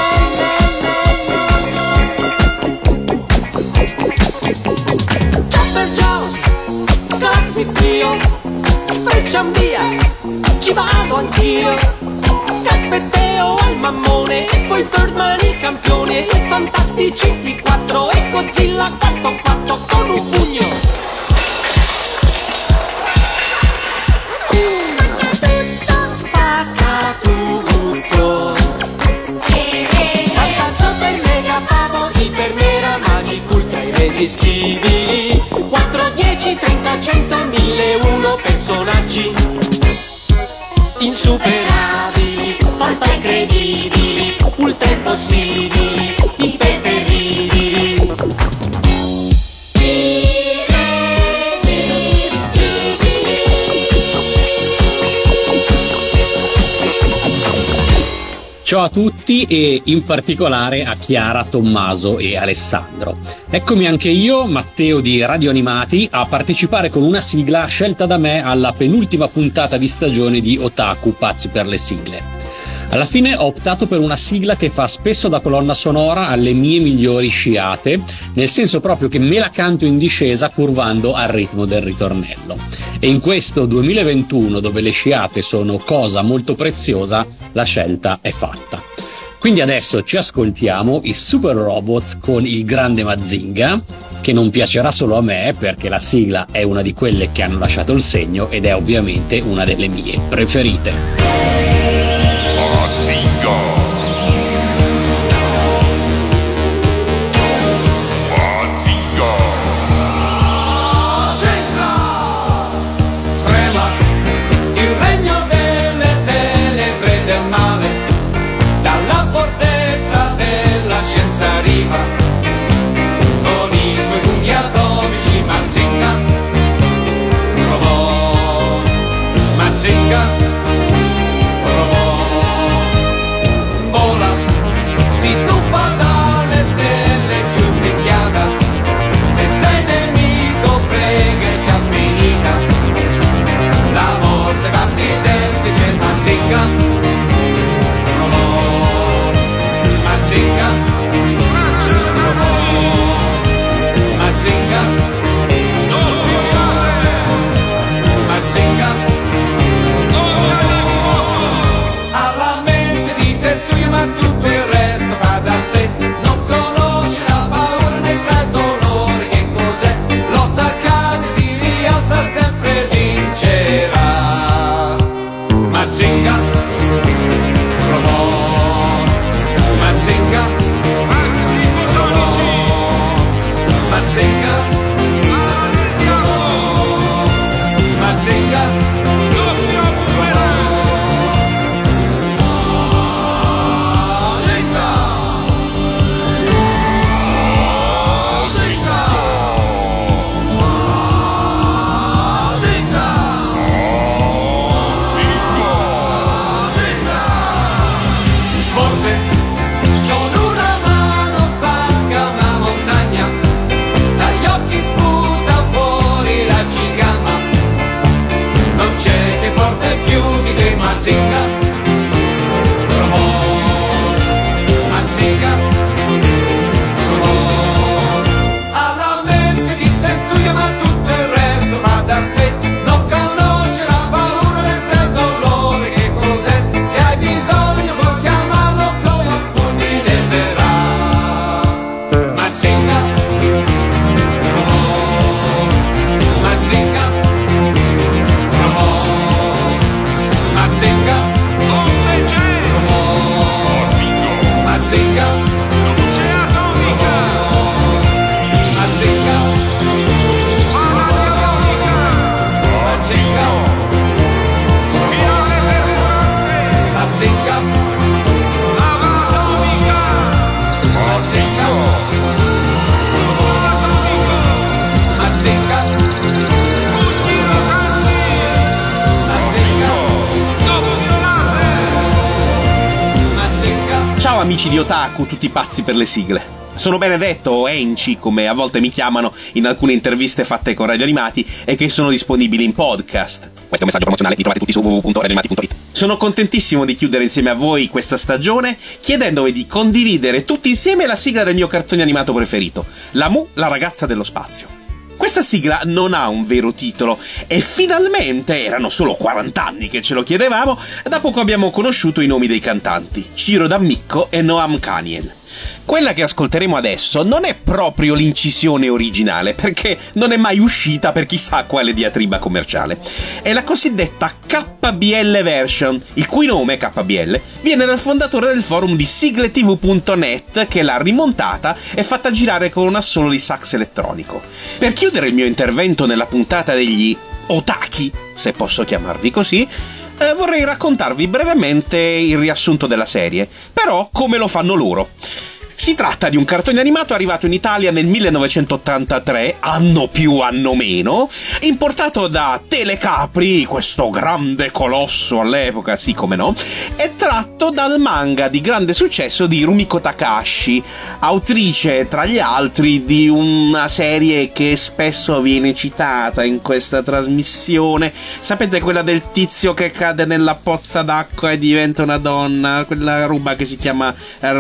le, le, le. Jumper Jones, Galaxy Trio, spreccian via, ci vado anch'io. Caspeteo al mammone e poi Birdman il campione, i fantastici, i quattro e Godzilla quattro quattro con un pugno. Spacca tutto, Eh, eh, Fanta Super Mega Favo Iper Mera Magi Ultra irresistibili. quattro, dieci, dieci, trenta, cento, mille e uno personaggi insuperabili, falfa incredibili, ultra impossibili, impeterribili. Ciao a tutti e in particolare a Chiara, Tommaso e Alessandro. Eccomi anche io, Matteo di Radio Animati, a partecipare con una sigla scelta da me alla penultima puntata di stagione di Otaku Pazzi per le sigle. Alla fine ho optato per una sigla che fa spesso da colonna sonora alle mie migliori sciate, nel senso proprio che me la canto in discesa curvando al ritmo del ritornello. E in questo duemilaventuno, dove le sciate sono cosa molto preziosa, la scelta è fatta. Quindi adesso ci ascoltiamo i Super Robots con il grande Mazinga, che non piacerà solo a me perché la sigla è una di quelle che hanno lasciato il segno ed è ovviamente una delle mie preferite. Amici di Otaku, tutti pazzi per le sigle. Sono Benedetto, o Enci, come a volte mi chiamano in alcune interviste fatte con Radio Animati e che sono disponibili in podcast. Questo è un messaggio promozionale, li trovate tutti su w w w punto radio animati punto it. Sono contentissimo di chiudere insieme a voi questa stagione, chiedendovi di condividere tutti insieme la sigla del mio cartone animato preferito, La Mu, la ragazza dello spazio. Questa sigla non ha un vero titolo e finalmente, erano solo quaranta anni che ce lo chiedevamo, da poco abbiamo conosciuto i nomi dei cantanti, Ciro D'Ammicco e Noam Kaniel. Quella che ascolteremo adesso non è proprio l'incisione originale, perché non è mai uscita per chissà quale diatriba commerciale. È la cosiddetta K B L version, il cui nome, K B L, viene dal fondatore del forum di sigletv punto net, che l'ha rimontata e fatta girare con un assolo di sax elettronico. Per chiudere il mio intervento nella puntata degli Otaki, se posso chiamarvi così, eh, vorrei raccontarvi brevemente il riassunto della serie, però come lo fanno loro. Si tratta di un cartone animato arrivato in Italia nel millenovecentottantatré, anno più anno meno, importato da Telecapri, questo grande colosso all'epoca, sì come no, e tratto dal manga di grande successo di Rumiko Takahashi, autrice tra gli altri di una serie che spesso viene citata in questa trasmissione. Sapete, quella del tizio che cade nella pozza d'acqua e diventa una donna, quella roba che si chiama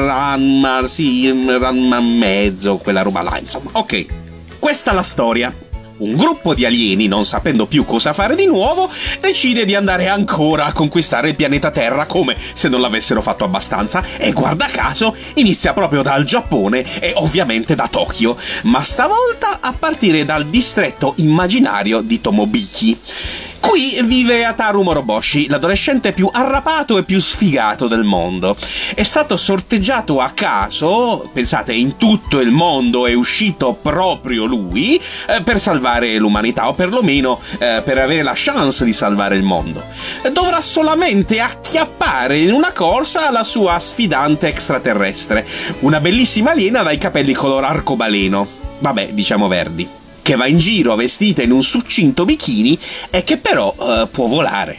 Ranma, sì, Ranma mezzo, quella roba là, insomma. Ok, questa è la storia. Un gruppo di alieni, non sapendo più cosa fare di nuovo, decide di andare ancora a conquistare il pianeta Terra, come se non l'avessero fatto abbastanza, e guarda caso inizia proprio dal Giappone e ovviamente da Tokyo, ma stavolta a partire dal distretto immaginario di Tomobiki. Qui vive Ataru Moroboshi, l'adolescente più arrapato e più sfigato del mondo. È stato sorteggiato a caso, pensate, in tutto il mondo è uscito proprio lui, eh, per salvare l'umanità, o perlomeno eh, per avere la chance di salvare il mondo. Dovrà solamente acchiappare in una corsa la sua sfidante extraterrestre, una bellissima aliena dai capelli color arcobaleno, vabbè, diciamo verdi, che va in giro vestita in un succinto bikini e che però uh, può volare.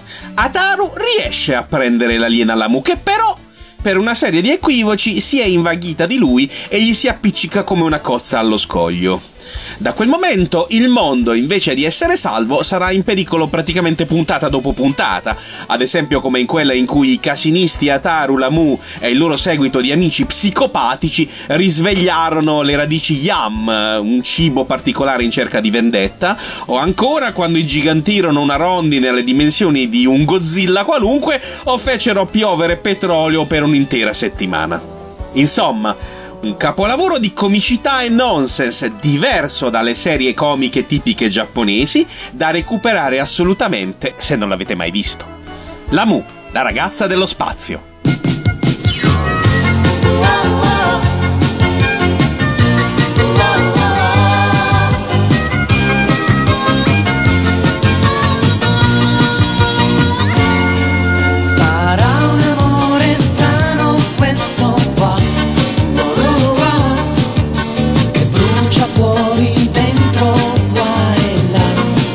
Ataru riesce a prendere l'aliena Lamu, che però, per una serie di equivoci, si è invaghita di lui e gli si appiccica come una cozza allo scoglio. Da quel momento il mondo, invece di essere salvo, sarà in pericolo praticamente puntata dopo puntata, ad esempio come in quella in cui i casinisti Ataru, Lamu e il loro seguito di amici psicopatici risvegliarono le radici Yam, un cibo particolare in cerca di vendetta, o ancora quando ingigantirono una rondine alle dimensioni di un Godzilla qualunque o fecero piovere petrolio per un'intera settimana. Insomma, un capolavoro di comicità e nonsense diverso dalle serie comiche tipiche giapponesi, da recuperare assolutamente se non l'avete mai visto. Lamu, la ragazza dello spazio.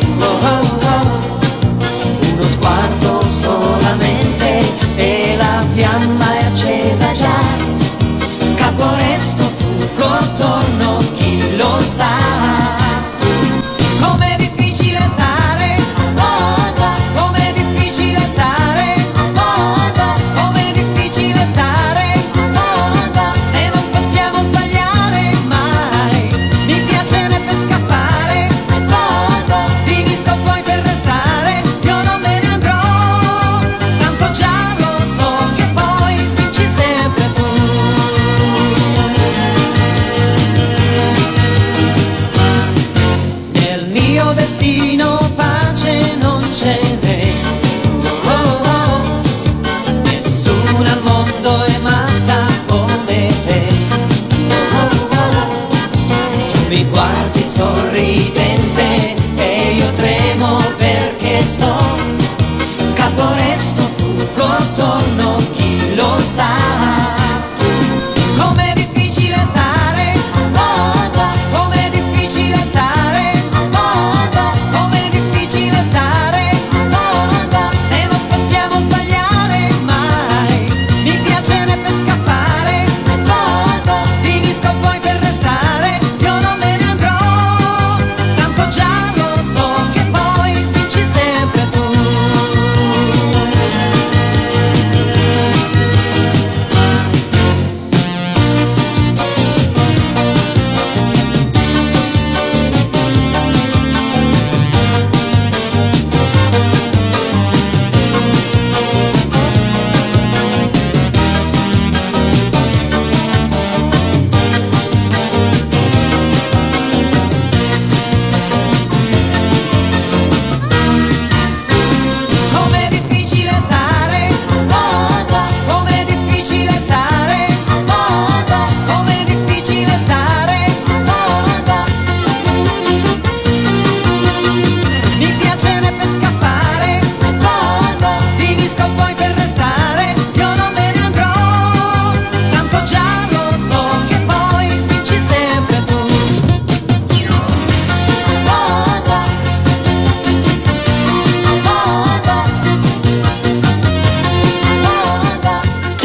Uno sguardo solamente e la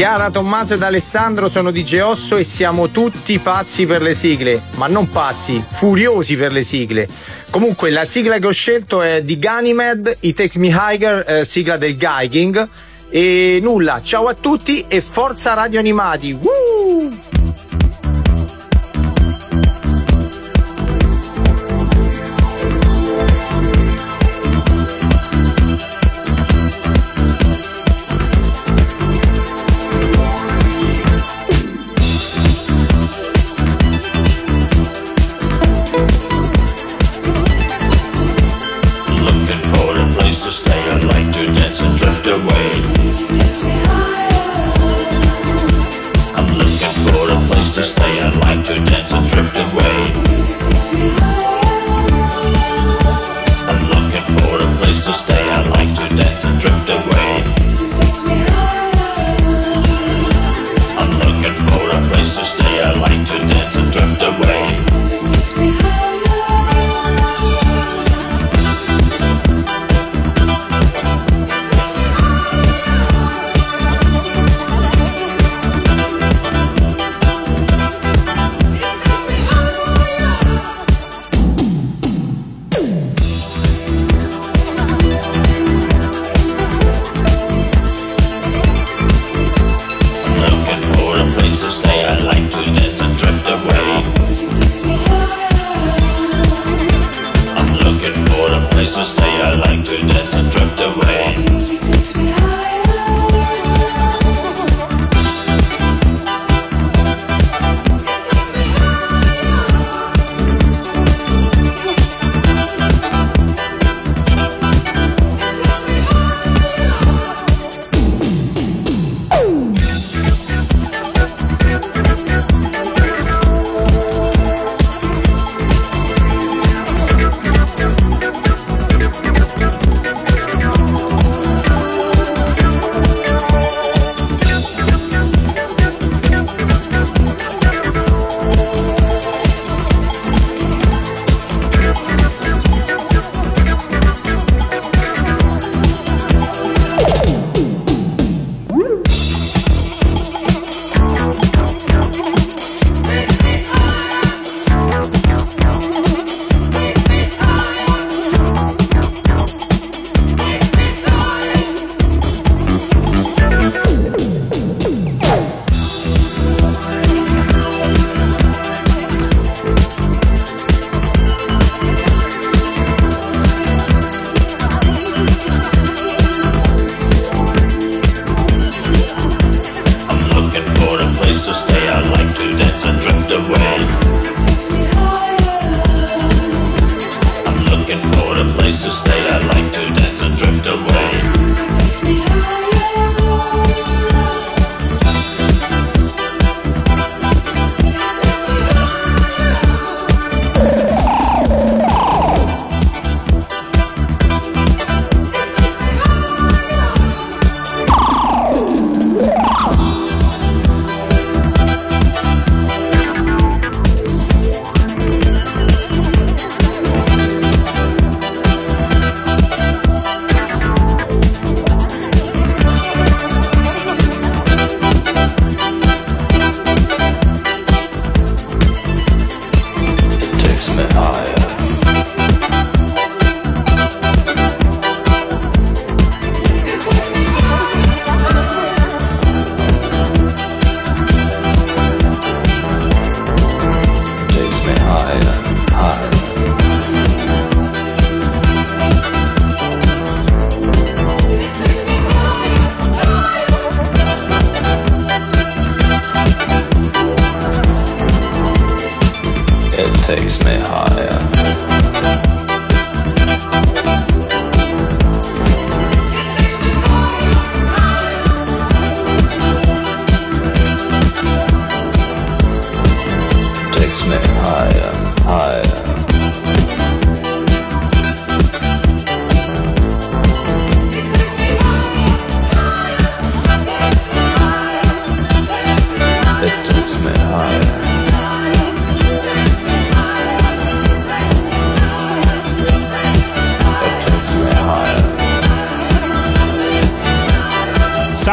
Chiara, Tommaso ed Alessandro sono di Geosso e siamo tutti pazzi per le sigle, ma non pazzi, furiosi per le sigle. Comunque la sigla che ho scelto è di Ganymede, It Takes Me Higher, eh, sigla del Geiking. E nulla, ciao a tutti e forza Radio Animati. Woo!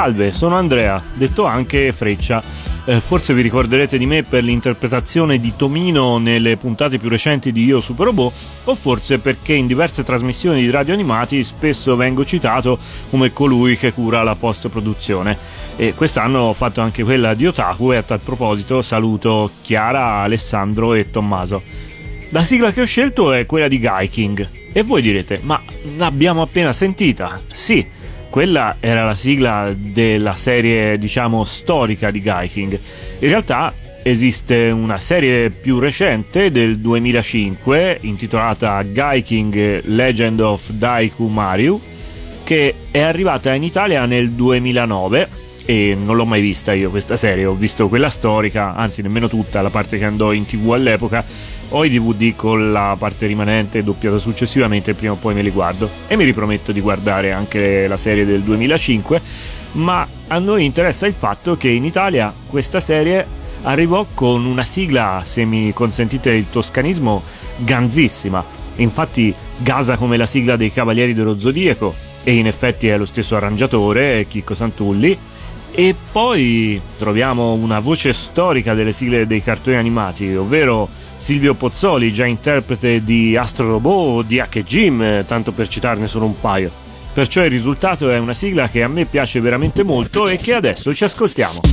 Salve, sono Andrea, detto anche Freccia. Eh, forse vi ricorderete di me per l'interpretazione di Tomino nelle puntate più recenti di Io Super Robot, o forse perché in diverse trasmissioni di Radio Animati spesso vengo citato come colui che cura la post-produzione. E quest'anno ho fatto anche quella di Otaku, e a tal proposito saluto Chiara, Alessandro e Tommaso. La sigla che ho scelto è quella di Gaiking, e voi direte, ma l'abbiamo appena sentita? Sì, quella era la sigla della serie, diciamo, storica di Gaiking. In realtà esiste una serie più recente del duemilacinque intitolata Gaiking Legend of Daiku Mario, che è arrivata in Italia nel duemilanove, e non l'ho mai vista io questa serie. Ho visto quella storica, anzi nemmeno tutta, la parte che andò in tv all'epoca. Ho i D V D con la parte rimanente doppiata successivamente, prima o poi me li guardo, e mi riprometto di guardare anche la serie del duemilacinque. Ma a noi interessa il fatto che in Italia questa serie arrivò con una sigla, se mi consentite il toscanismo, ganzissima. Infatti gasa come la sigla dei Cavalieri dello Zodiaco, e in effetti è lo stesso arrangiatore, Chicco Santulli. E poi troviamo una voce storica delle sigle dei cartoni animati, ovvero Silvio Pozzoli, già interprete di Astro Robot o di H. Jim, tanto per citarne solo un paio. Perciò il risultato è una sigla che a me piace veramente molto e che adesso ci ascoltiamo.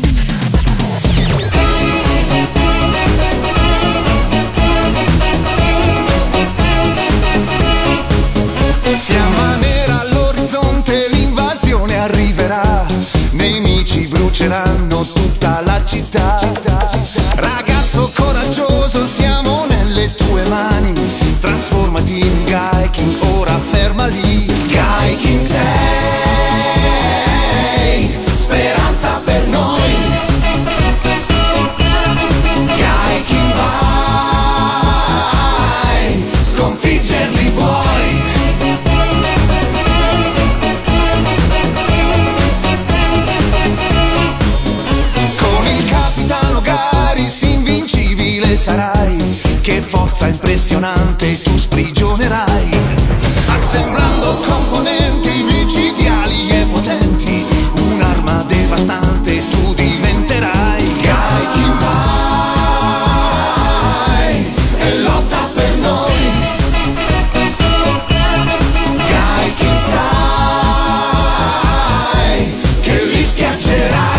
Fiamma nera all'orizzonte, l'invasione arriverà, nemici bruceranno tutta la città. Ragazzo coraggioso, siamo nelle tue mani, trasformati in Gaiking, ora ferma lì. Gaiking sei, speranza per noi. Gaiking vai, sconfiggerli puoi. Sarai, che forza impressionante tu sprigionerai, assemblando componenti micidiali e potenti, un'arma devastante tu diventerai. Gaiking vai e lotta per noi. Gaiking sai che li schiaccerai.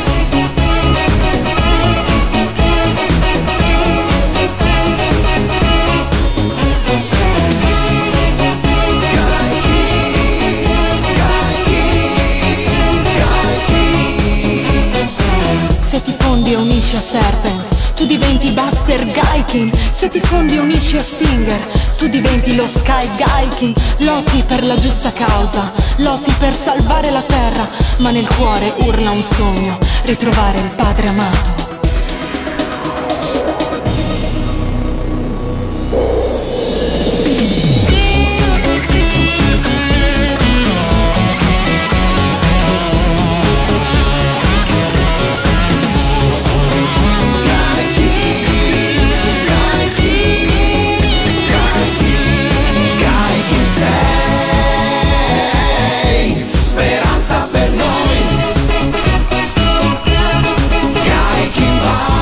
Se ti fondi e unisci a Serpent, tu diventi Buster Gaiking. Se ti fondi e unisci a Stinger, tu diventi lo Sky Gaiking. Lotti per la giusta causa, lotti per salvare la terra, ma nel cuore urla un sogno, ritrovare il padre amato. Speranza per noi. Gaiking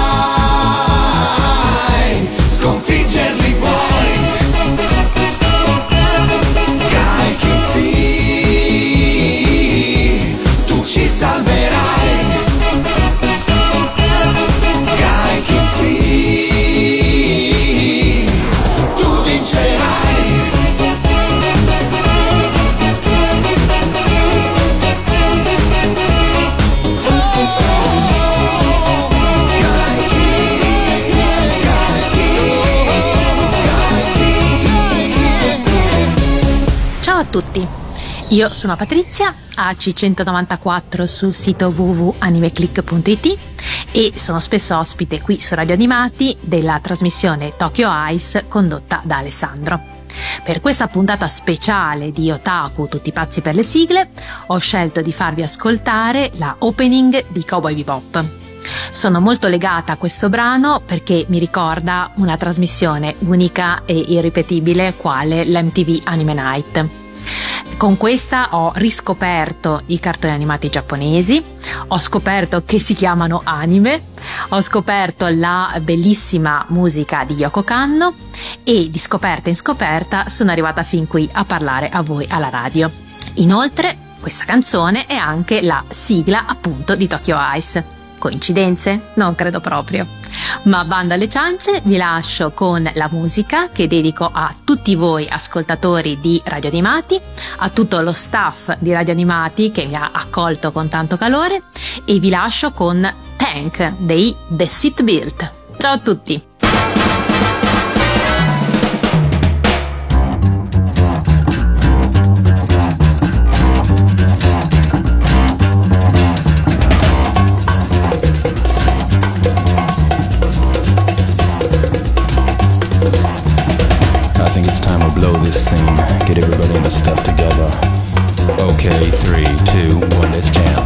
vai, sconfiggerli puoi. Gaiking sì, tu ci salverai. Gaiking sì, tu vincerai. Ciao a tutti, io sono Patrizia, A C centonovantaquattro sul sito w w w punto animeclick punto i t, e sono spesso ospite qui su Radio Animati della trasmissione Tokyo Ice condotta da Alessandro. Per questa puntata speciale di Otaku tutti pazzi per le sigle ho scelto di farvi ascoltare la opening di Cowboy Bebop. Sono molto legata a questo brano perché mi ricorda una trasmissione unica e irripetibile quale l'M T V Anime Night. Con questa ho riscoperto i cartoni animati giapponesi, ho scoperto che si chiamano anime, ho scoperto la bellissima musica di Yoko Kanno e di scoperta in scoperta sono arrivata fin qui a parlare a voi alla radio. Inoltre, questa canzone è anche la sigla appunto di Tokyo Ice. Coincidenze? Non credo proprio. Ma bando alle ciance, vi lascio con la musica che dedico a tutti voi ascoltatori di Radio Animati, a tutto lo staff di Radio Animati che mi ha accolto con tanto calore e vi lascio con Tank dei The Seat Built. Ciao a tutti! It's time to blow this scene. Get everybody in the stuff together. Okay, three, two, one, let's jam.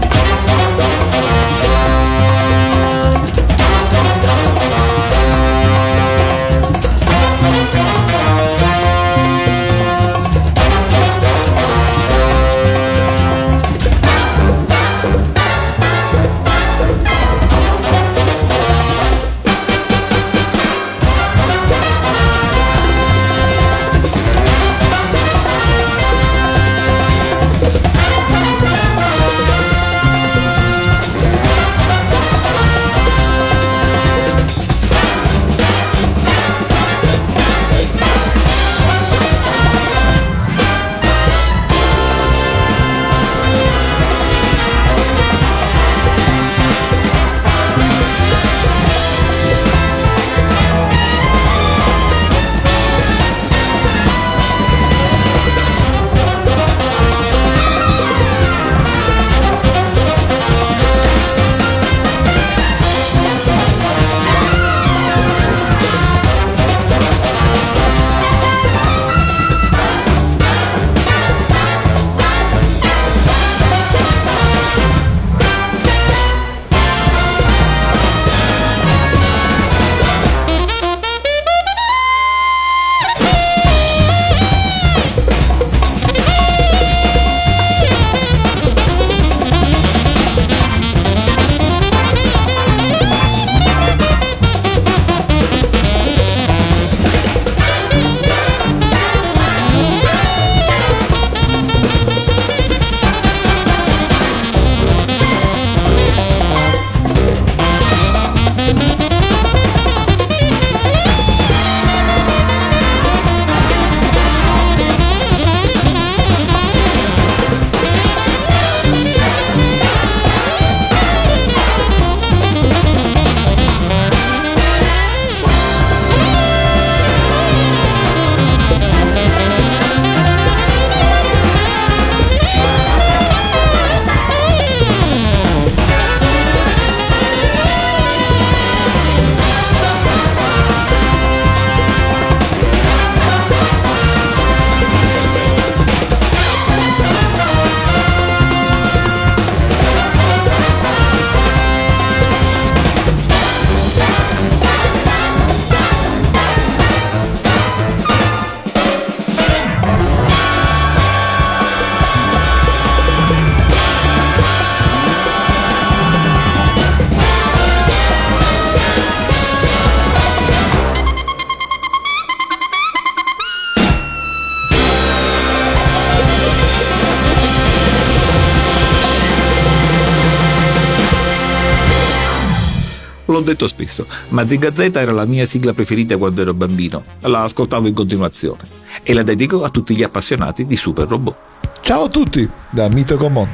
L'ho detto spesso, Mazinga Z era la mia sigla preferita quando ero bambino, la ascoltavo in continuazione e la dedico a tutti gli appassionati di Super Robot. Ciao a tutti, da Mito Common.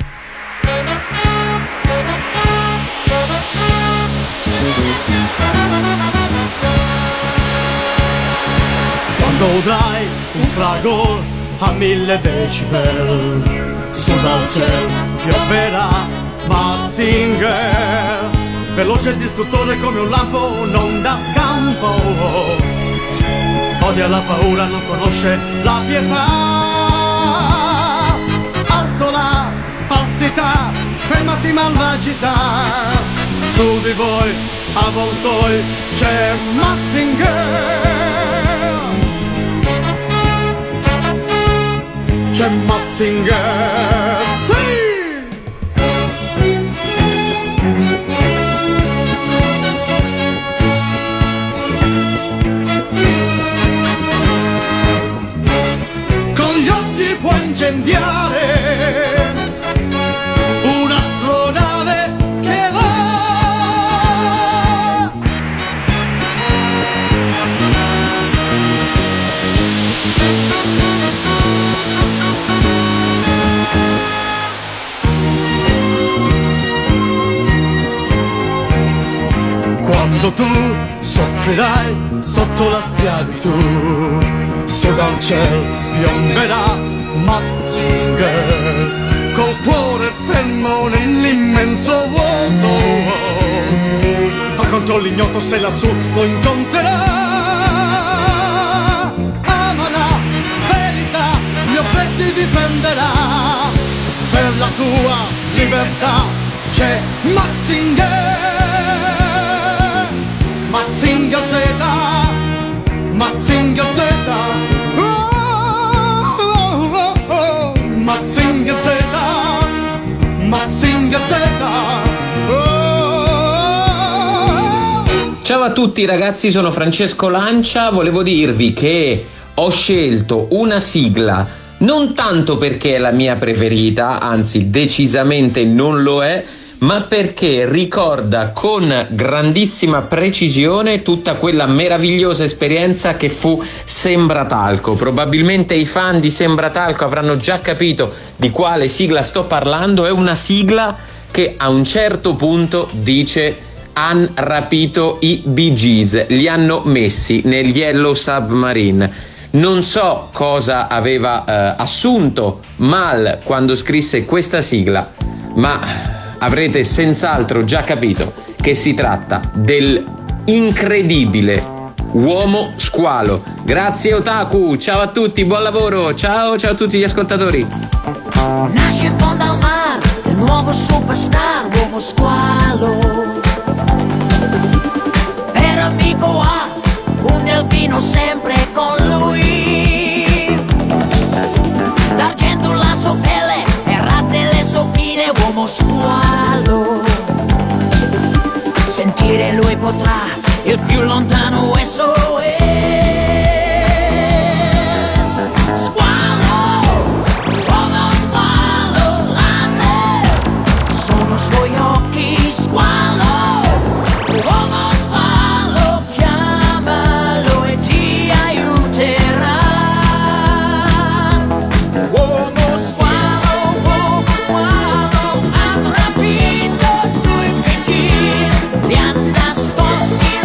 Quando udrai un fragor a mille decibel, su dal cielo pioverà Mazinger, veloce e distruttore come un lampo, non dà scampo, odia la paura, non conosce la pietà, alto la falsità, fermati malvagità, su di voi avvoltoi c'è Mazinger, c'è Mazinger. Mazinger, sì! Con gli occhi puoi incendiare un'astronave che va. Quando tu soffrirai sotto la schiavitù, su dal cielo piomberà Mazinger, col cuore fermo nell'immenso vuoto. Va contro l'ignoto se lassù lo incontrerà. Ama la verità, gli oppressi difenderà. Per la tua libertà c'è Mazinger. Mazinger Z, Mazinger Z, oh, oh, oh, oh. Mazinger Z, Mazinger Z, oh. Ciao a tutti ragazzi, sono Francesco Lancia. Volevo dirvi che ho scelto una sigla non tanto perché è la mia preferita, anzi decisamente non lo è, ma perché ricorda con grandissima precisione tutta quella meravigliosa esperienza che fu Sembratalco. Probabilmente i fan di Sembratalco avranno già capito di quale sigla sto parlando. È una sigla che a un certo punto dice: han rapito i Bee Gees, li hanno messi nel Yellow Submarine. Non so cosa aveva eh, assunto Mal quando scrisse questa sigla, ma avrete senz'altro già capito che si tratta del incredibile Uomo Squalo. Grazie Otaku, ciao a tutti, buon lavoro, ciao ciao a tutti gli ascoltatori. Nasce in fondo al mare, il nuovo superstar, Uomo Squalo. Per amico ha un delfino sempre con lui. D'argento la sua pelle e razze le sofine, Uomo Squalo. Sentire lui potrà il più lontano S O S. Squalo, Uomo Squalo, razze sono suoi occhi, squalo. Uomo Squalo, chiamalo e ti aiuterà. Uomo Squalo, Uomo Squalo, hanno rapito due Bee Gees, li han nascosti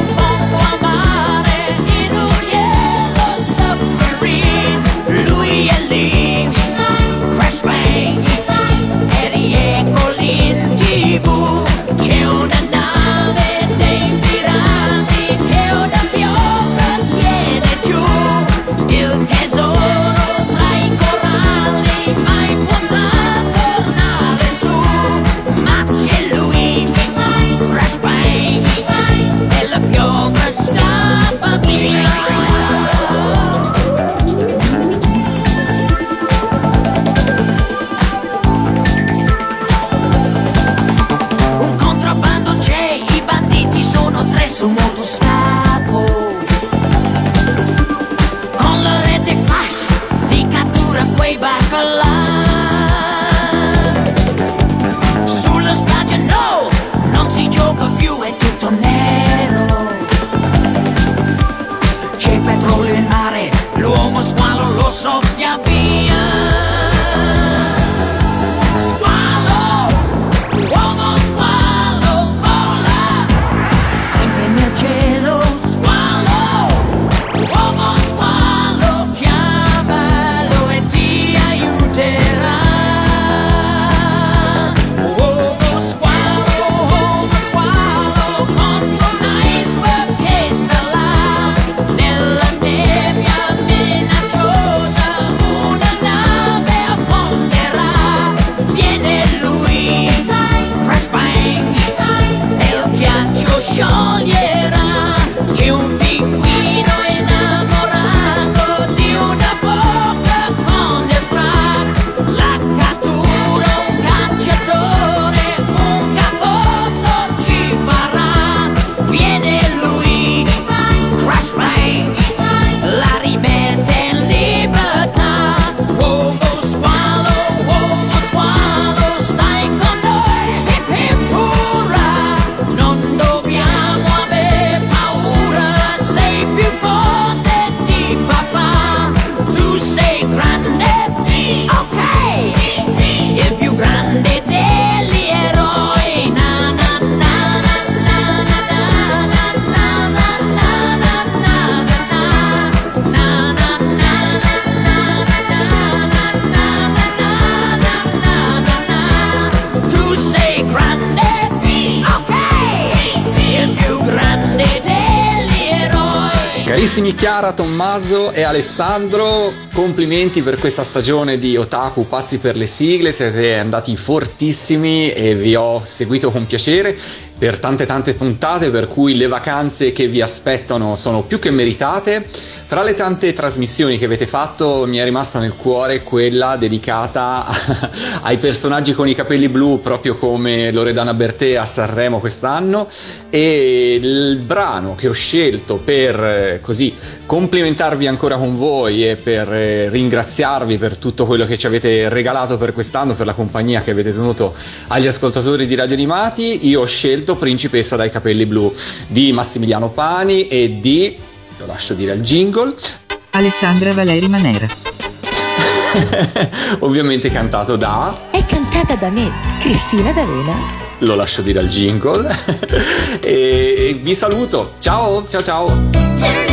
Carissimi Chiara, Tommaso e Alessandro, complimenti per questa stagione di Otaku Pazzi per le sigle, siete andati fortissimi e vi ho seguito con piacere per tante tante puntate, per cui le vacanze che vi aspettano sono più che meritate. Tra le tante trasmissioni che avete fatto mi è rimasta nel cuore quella dedicata ai personaggi con i capelli blu, proprio come Loredana Bertè a Sanremo quest'anno, e il brano che ho scelto per così complimentarvi ancora con voi e per ringraziarvi per tutto quello che ci avete regalato per quest'anno, per la compagnia che avete tenuto agli ascoltatori di Radio Animati. Io ho scelto Principessa dai capelli blu di Massimiliano Pani e di, lo lascio dire al jingle, Alessandra Valeri Manera. Ovviamente cantato da, È cantata da me, Cristina D'Avena. lo lascio dire al jingle. E vi saluto, ciao ciao ciao.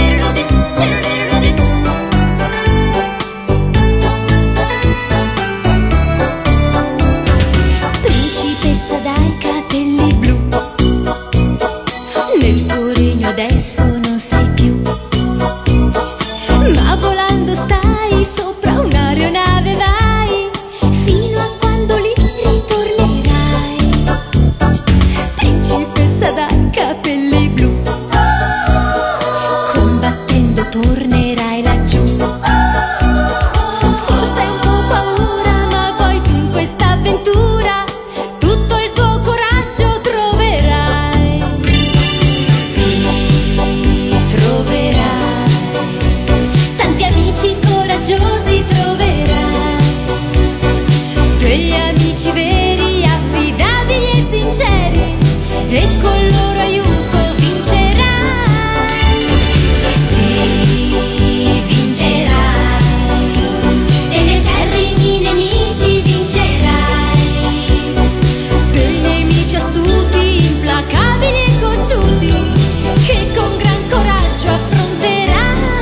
Principessa dai capelli blu, nel tuo regno adesso non sei più, ma volando stai sopra un'aeronave, vai fino a quando lì ritornerai. Principessa dai capelli blu, combattendo tornerai laggiù. Forse hai un po' paura, ma poi tu in questa avventura tutto il tuo coraggio troverai. Sì, troverai tanti amici coraggiosi, troverai degli amici veri, affidabili e sinceri, e con il loro aiuto vincerai. Sì, vincerai degli acerrimi nemici, vincerai dei nemici astuti, implacabili e cocciuti, che con gran coraggio affronterai.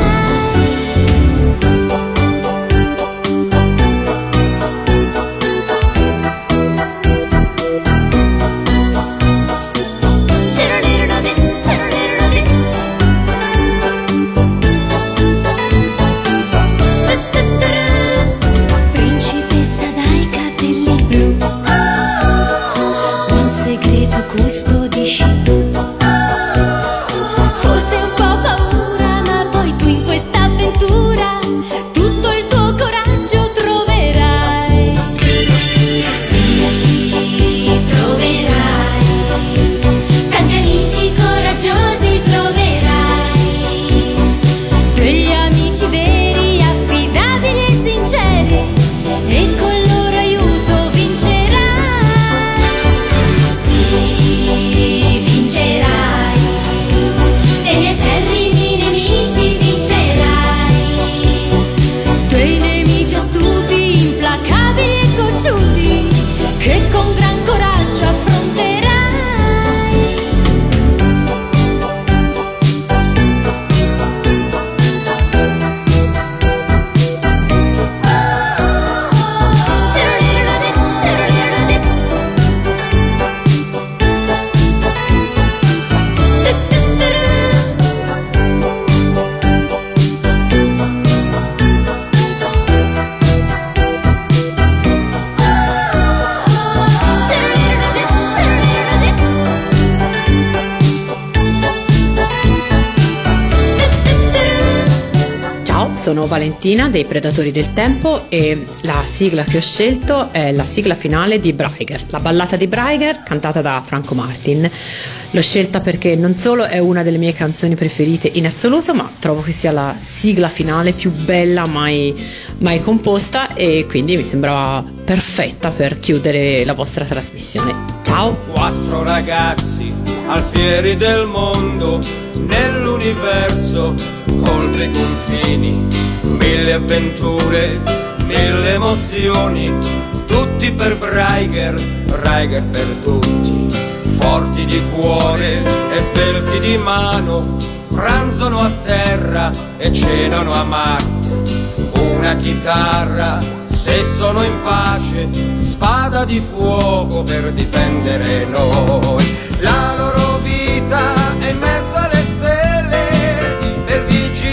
Principessa dai capelli blu, un segreto custodisci tu. Forse un po' paura, ma poi tu in questa avventura tutto il tuo coraggio troverai. Sì, troverai tanti amici coraggiosi, troverai degli amici veri, affidabili e sinceri, e con il loro aiuto vincerai. Sì, vincerai degli acerrimi nemici, vincerai dei nemici astuti, implacabili e cocciuti, che con gran coraggio affronterai. Ciao, sono Valentina dei Predatori del Tempo e la sigla che ho scelto è la sigla finale di Braiger, la ballata di Braiger cantata da Franco Martin. L'ho scelta perché non solo è una delle mie canzoni preferite in assoluto, ma trovo che sia la sigla finale più bella mai, mai composta, e quindi mi sembrava perfetta per chiudere la vostra trasmissione. Ciao! Quattro ragazzi alfieri del mondo, nell'universo, oltre i confini, mille avventure, mille emozioni, tutti per Braiger, Braiger per tutti, forti di cuore e svelti di mano, pranzano a terra e cenano a Marte, una chitarra se sono in pace, spada di fuoco per difendere noi. La loro vita è in mezzo alle stelle per vigilare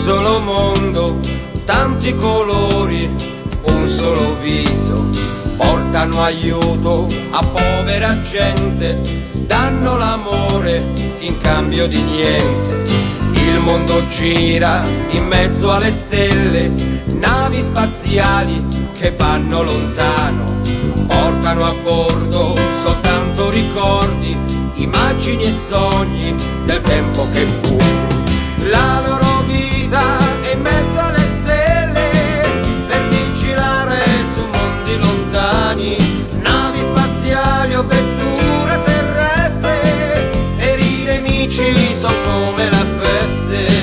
solo mondo, tanti colori, un solo viso, portano aiuto a povera gente, danno l'amore in cambio di niente. Il mondo gira in mezzo alle stelle, navi spaziali che vanno lontano, portano a bordo soltanto ricordi, immagini e sogni del tempo che fu. La loro vita è in mezzo alle stelle per vigilare su mondi lontani, navi spaziali o vetture terrestri, per i nemici sono come la peste.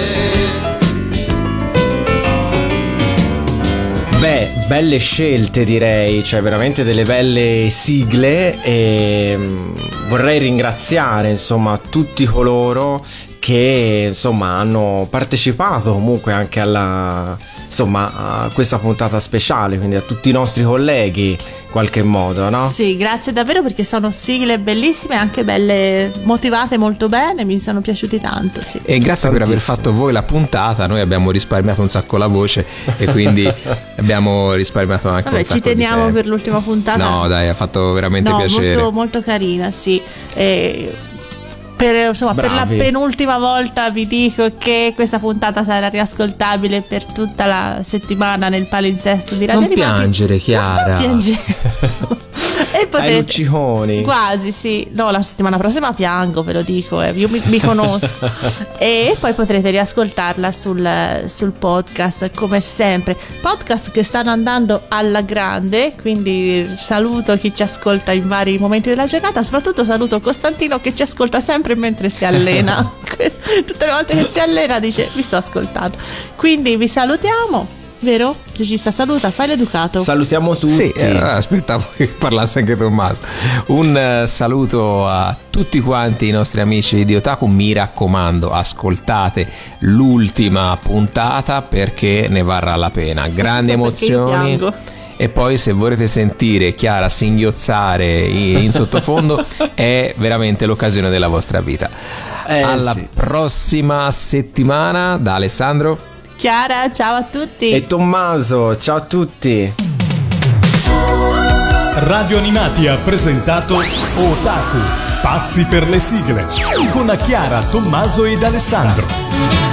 Beh, belle scelte direi, cioè veramente delle belle sigle, e vorrei ringraziare insomma tutti coloro che insomma hanno partecipato comunque anche alla insomma a questa puntata speciale, quindi a tutti i nostri colleghi in qualche modo, no? Sì, grazie davvero, perché sono sigle bellissime, anche belle, motivate molto bene, mi sono piaciuti tanto, sì. E grazie per aver fatto voi la puntata, noi abbiamo risparmiato un sacco la voce e quindi abbiamo risparmiato anche Vabbè, un sacco ci teniamo di tempo. Per l'ultima puntata. No dai, ha fatto veramente no, piacere. molto, molto carina, sì. E per, insomma, per la penultima volta vi dico che questa puntata sarà riascoltabile per tutta la settimana nel palinsesto di Radio Non Animati. piangere, Chiara. Non sto piangendo. E potete... Ai lucciconi. Quasi, sì. No, la settimana prossima piango, ve lo dico, eh. Io mi, mi conosco. E poi potrete riascoltarla sul, sul podcast, come sempre. Podcast che stanno andando alla grande, quindi saluto chi ci ascolta in vari momenti della giornata. Soprattutto saluto Costantino che ci ascolta sempre mentre si allena. Tutte le volte che si allena dice: vi sto ascoltando. Quindi vi salutiamo. Vero? Regista, saluta, fai l'educato. Salutiamo tutti. Sì, eh, aspettavo che parlasse anche Tommaso. Un uh, saluto a tutti quanti i nostri amici di Otaku. Mi raccomando, ascoltate l'ultima puntata perché ne varrà la pena. Grandi emozioni. E poi se volete sentire Chiara singhiozzare in, in sottofondo è veramente l'occasione della vostra vita. Eh, Alla sì. prossima settimana da Alessandro, Chiara, ciao a tutti. E Tommaso, ciao a tutti. Radio Animati ha presentato Otaku, pazzi per le sigle, con Chiara, Tommaso ed Alessandro.